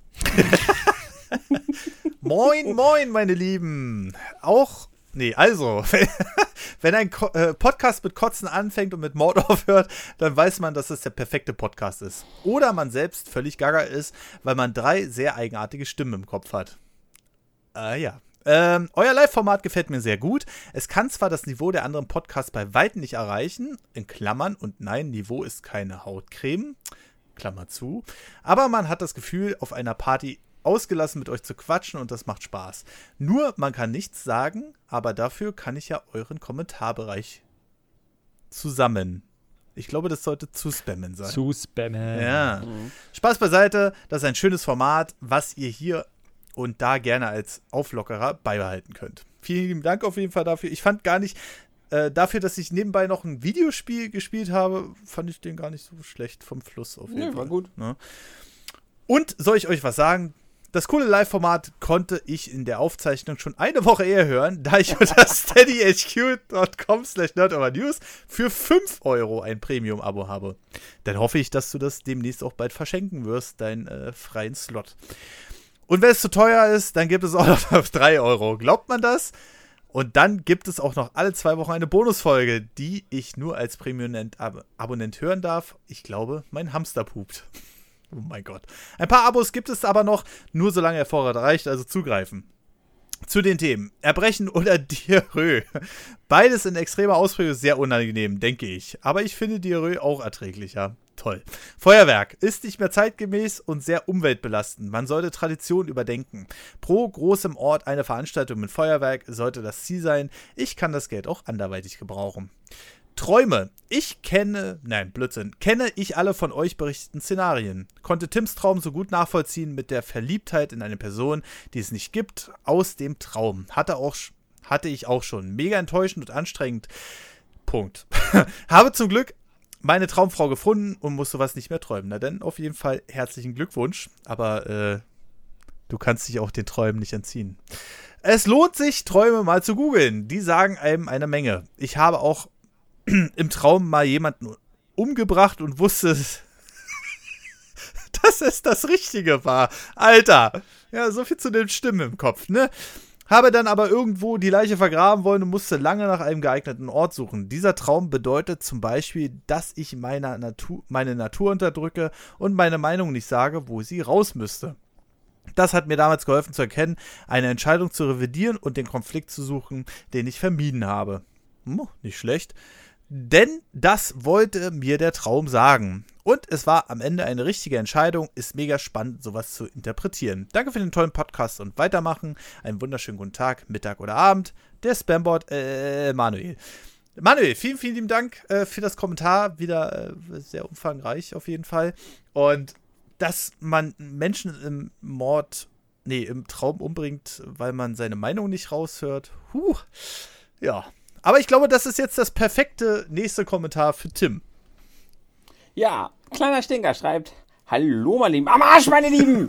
Moin, moin, meine Lieben. Auch, nee, also, wenn ein Ko- äh, Podcast mit Kotzen anfängt und mit Mord aufhört, dann weiß man, dass es der perfekte Podcast ist. Oder man selbst völlig gaga ist, weil man drei sehr eigenartige Stimmen im Kopf hat. Äh, ja. Ähm, euer Live-Format gefällt mir sehr gut. Es kann zwar das Niveau der anderen Podcasts bei weitem nicht erreichen, in Klammern, und nein, Niveau ist keine Hautcreme, Klammer zu, aber man hat das Gefühl, auf einer Party ausgelassen mit euch zu quatschen und das macht Spaß. Nur, man kann nichts sagen, aber dafür kann ich ja euren Kommentarbereich zusammen. Ich glaube, das sollte zu spammen sein. Zu spammen. Ja. Mhm. Spaß beiseite, das ist ein schönes Format, was ihr hier und da gerne als Auflockerer beibehalten könnt. Vielen lieben Dank auf jeden Fall dafür. Ich fand gar nicht, äh, dafür, dass ich nebenbei noch ein Videospiel gespielt habe, fand ich den gar nicht so schlecht vom Fluss auf jeden Nee, Fall. war gut. Ne? Und soll ich euch was sagen? Das coole Live-Format konnte ich in der Aufzeichnung schon eine Woche eher hören, da ich unter steadyhq.com slash nerdovernews für fünf Euro ein Premium-Abo habe. Dann hoffe ich, dass du das demnächst auch bald verschenken wirst, deinen äh, freien Slot. Und wenn es zu teuer ist, dann gibt es auch noch auf drei Euro. Glaubt man das? Und dann gibt es auch noch alle zwei Wochen eine Bonusfolge, die ich nur als Premium-Abonnent hören darf. Ich glaube, mein Hamster pupt. Oh mein Gott. Ein paar Abos gibt es aber noch, nur solange der Vorrat reicht, also zugreifen. Zu den Themen. Erbrechen oder Diarrhoe. Beides in extremer Ausprägung sehr unangenehm, denke ich. Aber ich finde Diarrhoe auch erträglicher. Toll. Feuerwerk ist nicht mehr zeitgemäß und sehr umweltbelastend. Man sollte Tradition überdenken. Pro großem Ort eine Veranstaltung mit Feuerwerk sollte das Ziel sein. Ich kann das Geld auch anderweitig gebrauchen. Träume. Ich kenne, nein, Blödsinn, kenne ich alle von euch berichteten Szenarien. Konnte Tims Traum so gut nachvollziehen mit der Verliebtheit in eine Person, die es nicht gibt, aus dem Traum. Hatte, auch, hatte ich auch schon. Mega enttäuschend und anstrengend. Punkt. Habe zum Glück meine Traumfrau gefunden und muss sowas nicht mehr träumen. Na denn, auf jeden Fall herzlichen Glückwunsch. Aber äh, du kannst dich auch den Träumen nicht entziehen. Es lohnt sich, Träume mal zu googeln. Die sagen einem eine Menge. Ich habe auch im Traum mal jemanden umgebracht und wusste, dass es das Richtige war. Alter. Ja, so viel zu den Stimmen im Kopf, ne? Habe dann aber irgendwo die Leiche vergraben wollen und musste lange nach einem geeigneten Ort suchen. Dieser Traum bedeutet zum Beispiel, dass ich meine Natur, meine Natur unterdrücke und meine Meinung nicht sage, wo sie raus müsste. Das hat mir damals geholfen zu erkennen, eine Entscheidung zu revidieren und den Konflikt zu suchen, den ich vermieden habe. Hm, nicht schlecht. Denn das wollte mir der Traum sagen. Und es war am Ende eine richtige Entscheidung. Ist mega spannend, sowas zu interpretieren. Danke für den tollen Podcast und weitermachen. Einen wunderschönen guten Tag, Mittag oder Abend. Der Spambot, äh, Manuel. Manuel, vielen, vielen lieben Dank äh, für das Kommentar. Wieder äh, sehr umfangreich auf jeden Fall. Und dass man Menschen im Mord, nee, im Traum umbringt, weil man seine Meinung nicht raushört. Huh, ja. Aber ich glaube, das ist jetzt das perfekte nächste Kommentar für Tim. Ja, kleiner Stinker schreibt: Hallo, meine Lieben. Am Arsch, meine Lieben!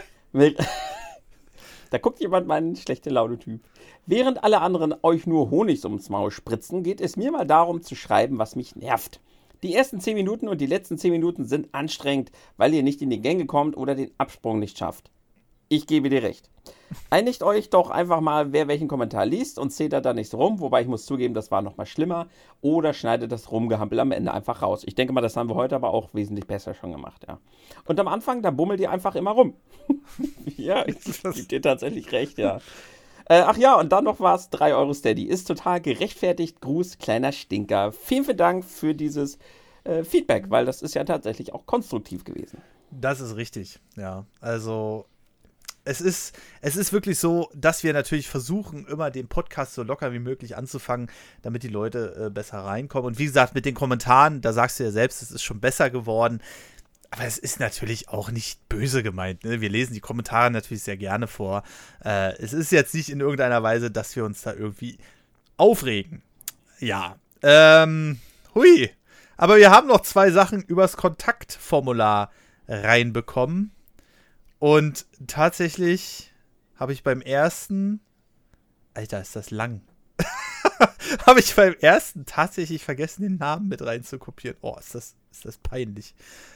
Da guckt jemand, mein schlechte Laune-Typ. Während alle anderen euch nur Honig ums Maul spritzen, geht es mir mal darum zu schreiben, was mich nervt. Die ersten zehn Minuten und die letzten zehn Minuten sind anstrengend, weil ihr nicht in die Gänge kommt oder den Absprung nicht schafft. Ich gebe dir recht. Einigt euch doch einfach mal, wer welchen Kommentar liest und zählt da nicht so rum, wobei ich muss zugeben, das war noch mal schlimmer, oder schneidet das Rumgehampel am Ende einfach raus. Ich denke mal, das haben wir heute aber auch wesentlich besser schon gemacht, ja. Und am Anfang, da bummelt ihr einfach immer rum. Ja, ich gebe dir tatsächlich recht, ja. Äh, ach ja, und dann noch was, drei Euro Steady. Ist total gerechtfertigt. Gruß, kleiner Stinker. Vielen, vielen Dank für dieses äh, Feedback, weil das ist ja tatsächlich auch konstruktiv gewesen. Das ist richtig, ja. Also Es ist, es ist wirklich so, dass wir natürlich versuchen, immer den Podcast so locker wie möglich anzufangen, damit die Leute äh, besser reinkommen. Und wie gesagt, mit den Kommentaren, da sagst du ja selbst, es ist schon besser geworden. Aber es ist natürlich auch nicht böse gemeint, ne? Wir lesen die Kommentare natürlich sehr gerne vor. Äh, es ist jetzt nicht in irgendeiner Weise, dass wir uns da irgendwie aufregen. Ja. Ähm, hui. Aber wir haben noch zwei Sachen übers Kontaktformular reinbekommen. Und tatsächlich habe ich beim ersten, Alter, ist das lang, habe ich beim ersten tatsächlich vergessen, den Namen mit reinzukopieren. Oh, ist das, ist das peinlich.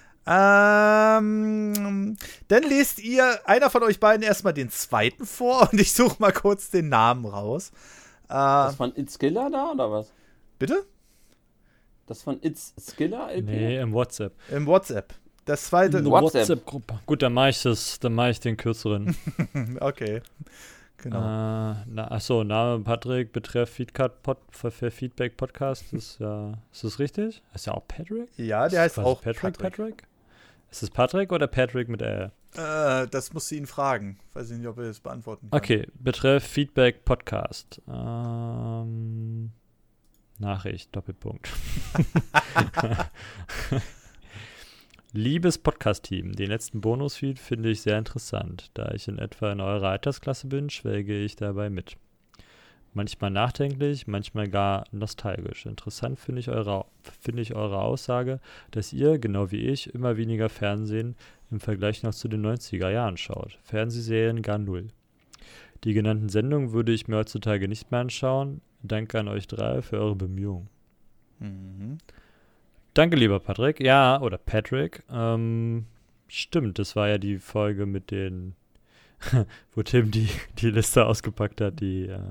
Ähm, dann lest ihr, einer von euch beiden, erstmal den zweiten vor und ich suche mal kurz den Namen raus. Äh, das von It's Skiller da, oder was? Bitte? Das von It's Skiller L P? Nee, im WhatsApp. Im WhatsApp. Das zweite. Eine WhatsApp-Gruppe. Gut, dann mache ich das, dann mache ich den kürzeren. Okay. Genau. Äh, na, achso, Name Patrick, Betreff Feedcard Pod, für Feedback Podcast. Ist ja, ist das richtig? Ist ja auch Patrick? Ja, der heißt auch Patrick, Patrick. Patrick. Ist es Patrick oder Patrick mit L? Äh, das musst du ihn fragen. Weiß ich nicht, ob er das beantworten kann. Okay, Betreff Feedback Podcast. Ähm, Nachricht, Doppelpunkt. Liebes Podcast-Team, den letzten Bonusfeed finde ich sehr interessant. Da ich in etwa in eurer Altersklasse bin, schwelge ich dabei mit. Manchmal nachdenklich, manchmal gar nostalgisch. Interessant finde ich, eure, finde ich eure Aussage, dass ihr, genau wie ich, immer weniger Fernsehen im Vergleich noch zu den neunziger Jahren schaut. Fernsehserien gar null. Die genannten Sendungen würde ich mir heutzutage nicht mehr anschauen. Danke an euch drei für eure Bemühungen. Mhm. Danke, lieber Patrick. Ja, oder Patrick. Ähm, stimmt, das war ja die Folge mit den, wo Tim die, die Liste ausgepackt hat, die äh,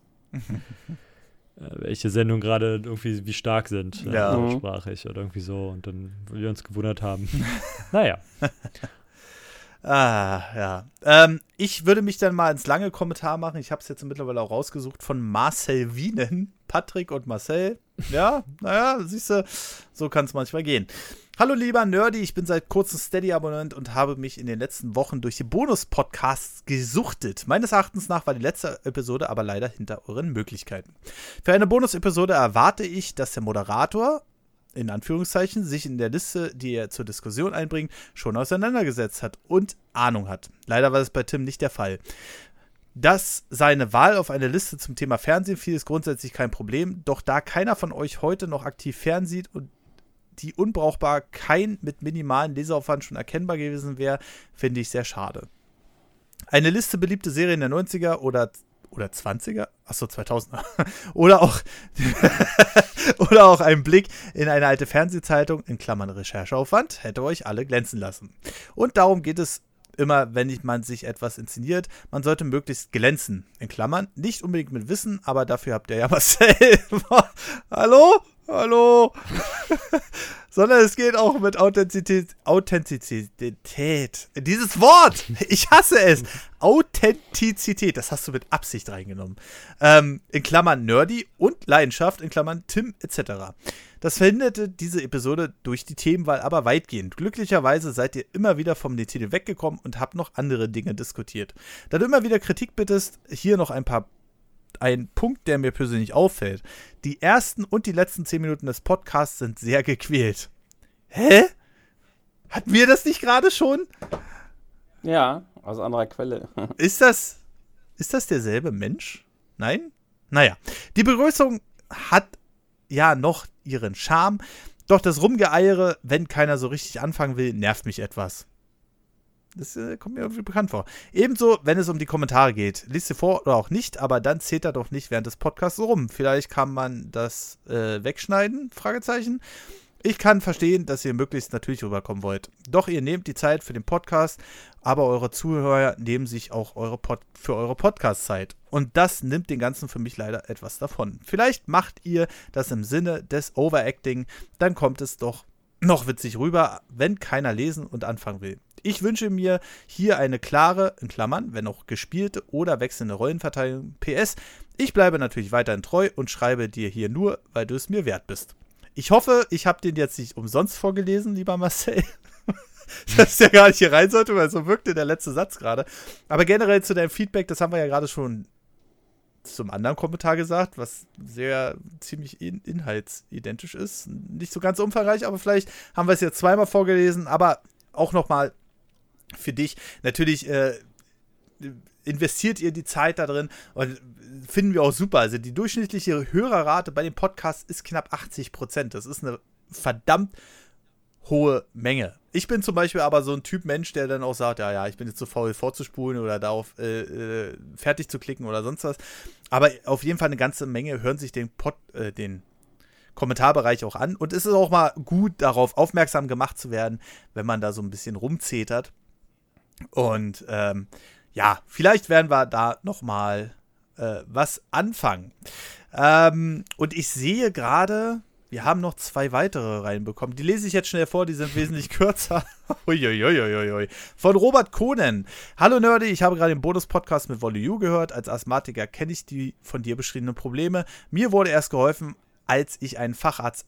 welche Sendungen gerade irgendwie wie stark sind, ja. äh, sprachig oder irgendwie so, und dann wir uns gewundert haben. Naja. Ah, ja. Ähm, ich würde mich dann mal ins lange Kommentar machen. Ich habe es jetzt mittlerweile auch rausgesucht von Marcel Wienen. Patrick und Marcel. Ja, naja, siehst du, so kann es manchmal gehen. Hallo lieber Nerdy, ich bin seit kurzem Steady-Abonnent und habe mich in den letzten Wochen durch die Bonus-Podcasts gesuchtet. Meines Erachtens nach war die letzte Episode aber leider hinter euren Möglichkeiten. Für eine Bonus-Episode erwarte ich, dass der Moderator, in Anführungszeichen, sich in der Liste, die er zur Diskussion einbringt, schon auseinandergesetzt hat und Ahnung hat. Leider war das bei Tim nicht der Fall. Dass seine Wahl auf eine Liste zum Thema Fernsehen fiel, ist grundsätzlich kein Problem, doch da keiner von euch heute noch aktiv fernsieht und die unbrauchbar kein mit minimalen Leseaufwand schon erkennbar gewesen wäre, finde ich sehr schade. Eine Liste beliebte Serien der neunziger oder oder zwanziger, achso, zweitausender, oder auch oder auch ein Blick in eine alte Fernsehzeitung, in Klammern Rechercheaufwand, hätte euch alle glänzen lassen. Und darum geht es immer, wenn man sich etwas inszeniert, man sollte möglichst glänzen, in Klammern, nicht unbedingt mit Wissen, aber dafür habt ihr ja Marcel. Hallo? Hallo? Sondern es geht auch mit Authentizität. Authentizität. Dieses Wort! Ich hasse es! Authentizität. Das hast du mit Absicht reingenommen. Ähm, in Klammern Nerdy und Leidenschaft, in Klammern Tim et cetera. Das verhinderte diese Episode durch die Themenwahl aber weitgehend. Glücklicherweise seid ihr immer wieder vom Titel weggekommen und habt noch andere Dinge diskutiert. Da du immer wieder Kritik bittest, hier noch ein paar Ein Punkt, der mir persönlich auffällt. Die ersten und die letzten zehn Minuten des Podcasts sind sehr gequält. Hä? Hatten wir das nicht gerade schon? Ja, aus anderer Quelle. Ist das, ist das derselbe Mensch? Nein? Naja. Die Begrüßung hat ja noch ihren Charme, doch das Rumgeeiere, wenn keiner so richtig anfangen will, nervt mich etwas. Das äh, kommt mir irgendwie bekannt vor. Ebenso, wenn es um die Kommentare geht. Lies sie vor oder auch nicht, aber dann zählt er doch nicht während des Podcasts rum. Vielleicht kann man das äh, wegschneiden? Fragezeichen. Ich kann verstehen, dass ihr möglichst natürlich rüberkommen wollt. Doch ihr nehmt die Zeit für den Podcast, aber eure Zuhörer nehmen sich auch eure Pod- für eure Podcast-Zeit. Und das nimmt den Ganzen für mich leider etwas davon. Vielleicht macht ihr das im Sinne des Overacting, dann kommt es doch noch witzig rüber, wenn keiner lesen und anfangen will. Ich wünsche mir hier eine klare, in Klammern, wenn auch gespielte oder wechselnde Rollenverteilung. P S. Ich bleibe natürlich weiterhin treu und schreibe dir hier nur, weil du es mir wert bist. Ich hoffe, ich habe den jetzt nicht umsonst vorgelesen, lieber Marcel. Dass der gar nicht hier rein sollte, weil so wirkte der letzte Satz gerade. Aber generell zu deinem Feedback, das haben wir ja gerade schon zum anderen Kommentar gesagt, was sehr ziemlich in- inhaltsidentisch ist. Nicht so ganz umfangreich, aber vielleicht haben wir es jetzt zweimal vorgelesen, aber auch nochmal für dich. Natürlich äh, investiert ihr die Zeit da drin und finden wir auch super. Also die durchschnittliche Hörerrate bei dem Podcast ist knapp achtzig Prozent. Das ist eine verdammt hohe Menge. Ich bin zum Beispiel aber so ein Typ Mensch, der dann auch sagt, ja, ja, ich bin jetzt zu faul vorzuspulen oder darauf äh, äh, fertig zu klicken oder sonst was. Aber auf jeden Fall eine ganze Menge hören sich den, Pod, äh, den Kommentarbereich auch an. Und es ist auch mal gut, darauf aufmerksam gemacht zu werden, wenn man da so ein bisschen rumzetert. Und ähm, ja, vielleicht werden wir da nochmal äh, was anfangen. Ähm, und ich sehe gerade, wir haben noch zwei weitere reinbekommen. Die lese ich jetzt schnell vor, die sind wesentlich kürzer. Uiuiuiui. Von Robert Kohnen. Hallo Nerdy, ich habe gerade den Bonus-Podcast mit Volley U gehört. Als Asthmatiker kenne ich die von dir beschriebenen Probleme. Mir wurde erst geholfen, als ich einen Facharzt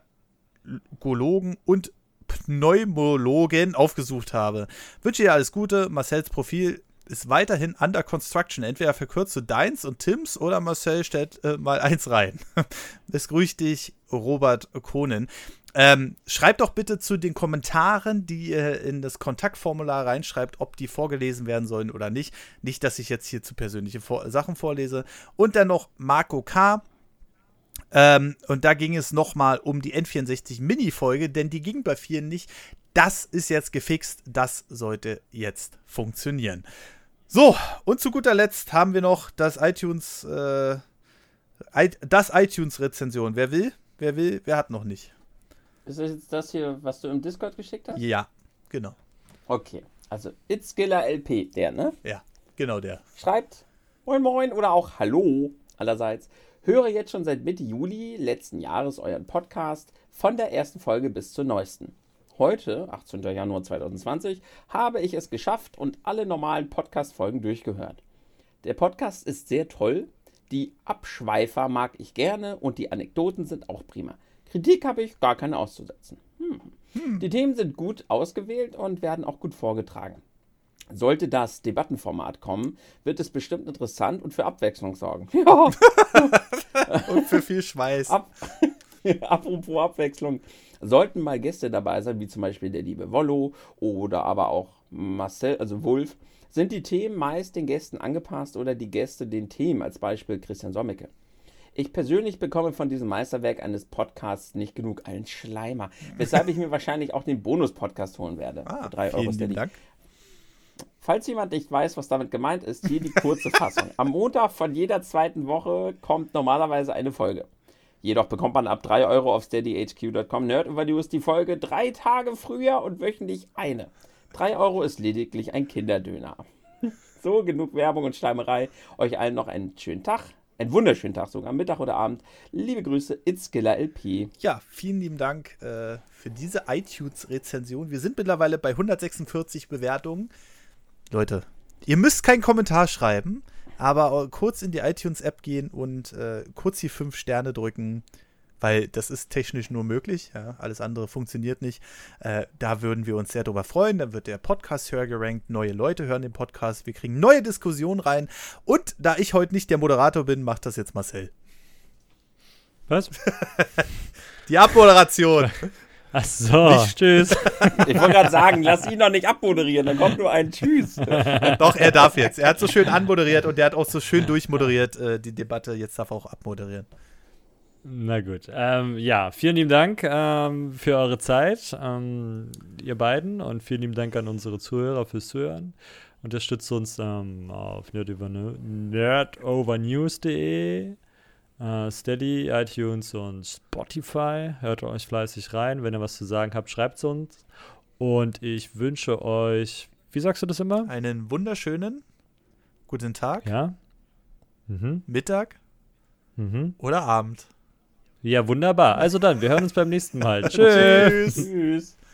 Allergologen und Pneumologen aufgesucht habe. Wünsche dir alles Gute. Marcells Profil ist weiterhin under construction. Entweder verkürzt du deins und Tims oder Marcel stellt äh, mal eins rein. Es grüßt dich, Robert Kohnen. Ähm, schreibt doch bitte zu den Kommentaren, die ihr in das Kontaktformular reinschreibt, ob die vorgelesen werden sollen oder nicht. Nicht, dass ich jetzt hier zu persönliche Vor- Sachen vorlese. Und dann noch Marco K. Ähm, und da ging es nochmal um die N vierundsechzig Mini-Folge, denn die ging bei vielen nicht. Das ist jetzt gefixt. Das sollte jetzt funktionieren. So, und zu guter Letzt haben wir noch das iTunes, äh, I- das iTunes-Rezension. Wer will? Wer will? Wer hat noch nicht? Ist das jetzt das hier, was du im Discord geschickt hast? Ja, genau. Okay, also Itzkiller L P, der, ne? Ja, genau der. Schreibt Moin Moin oder auch Hallo allerseits. Höre jetzt schon seit Mitte Juli letzten Jahres euren Podcast von der ersten Folge bis zur neuesten. Heute, achtzehnten Januar zweitausendzwanzig, habe ich es geschafft und alle normalen Podcast-Folgen durchgehört. Der Podcast ist sehr toll, die Abschweifer mag ich gerne und die Anekdoten sind auch prima. Kritik habe ich gar keine auszusetzen. Hm. Hm. Die Themen sind gut ausgewählt und werden auch gut vorgetragen. Sollte das Debattenformat kommen, wird es bestimmt interessant und für Abwechslung sorgen. Ja. Und für viel Schweiß. Ab Apropos Abwechslung. Sollten mal Gäste dabei sein, wie zum Beispiel der liebe Wollo oder aber auch Marcel, also Wulf, sind die Themen meist den Gästen angepasst oder die Gäste den Themen, als Beispiel Christian Sommecke. Ich persönlich bekomme von diesem Meisterwerk eines Podcasts nicht genug, einen Schleimer, weshalb ich mir wahrscheinlich auch den Bonus-Podcast holen werde. Ah, für drei vielen Euro lieben Dank. Falls jemand nicht weiß, was damit gemeint ist, hier die kurze Fassung. Am Montag von jeder zweiten Woche kommt normalerweise eine Folge. Jedoch bekommt man ab drei Euro auf steadyhq punkt com Nerd-Overnews die Folge drei Tage früher und wöchentlich eine. drei Euro ist lediglich ein Kinderdöner. So, genug Werbung und Schleimerei. Euch allen noch einen schönen Tag. Einen wunderschönen Tag sogar, Mittag oder Abend. Liebe Grüße, Itzkiller L P. Ja, vielen lieben Dank äh, für diese iTunes-Rezension. Wir sind mittlerweile bei hundertsechsundvierzig Bewertungen. Leute, ihr müsst keinen Kommentar schreiben, aber kurz in die iTunes-App gehen und äh, kurz die fünf Sterne drücken, weil das ist technisch nur möglich. Ja, alles andere funktioniert nicht. Äh, da würden wir uns sehr drüber freuen. Dann wird der Podcast höher gerankt. Neue Leute hören den Podcast. Wir kriegen neue Diskussionen rein. Und da ich heute nicht der Moderator bin, macht das jetzt Marcel. Was? Die Abmoderation. Ach so, tschüss. Ich wollte gerade sagen, lass ihn doch nicht abmoderieren, dann kommt nur ein Tschüss. Doch, er darf jetzt. Er hat so schön anmoderiert und der hat auch so schön durchmoderiert, äh, die Debatte. Jetzt darf er auch abmoderieren. Na gut. Ähm, ja, vielen lieben Dank ähm, für eure Zeit, ähm, ihr beiden. Und vielen lieben Dank an unsere Zuhörer fürs Zuhören. Unterstützt uns ähm, auf nerd over news punkt de, äh, Steady, iTunes und Spotify. Hört euch fleißig rein. Wenn ihr was zu sagen habt, schreibt es uns. Und ich wünsche euch, wie sagst du das immer? Einen wunderschönen guten Tag, Ja. Mhm. Mittag Mhm. oder Abend. Ja, wunderbar. Also dann, wir hören uns beim nächsten Mal. Tschüss. Tschüss. Tschüss.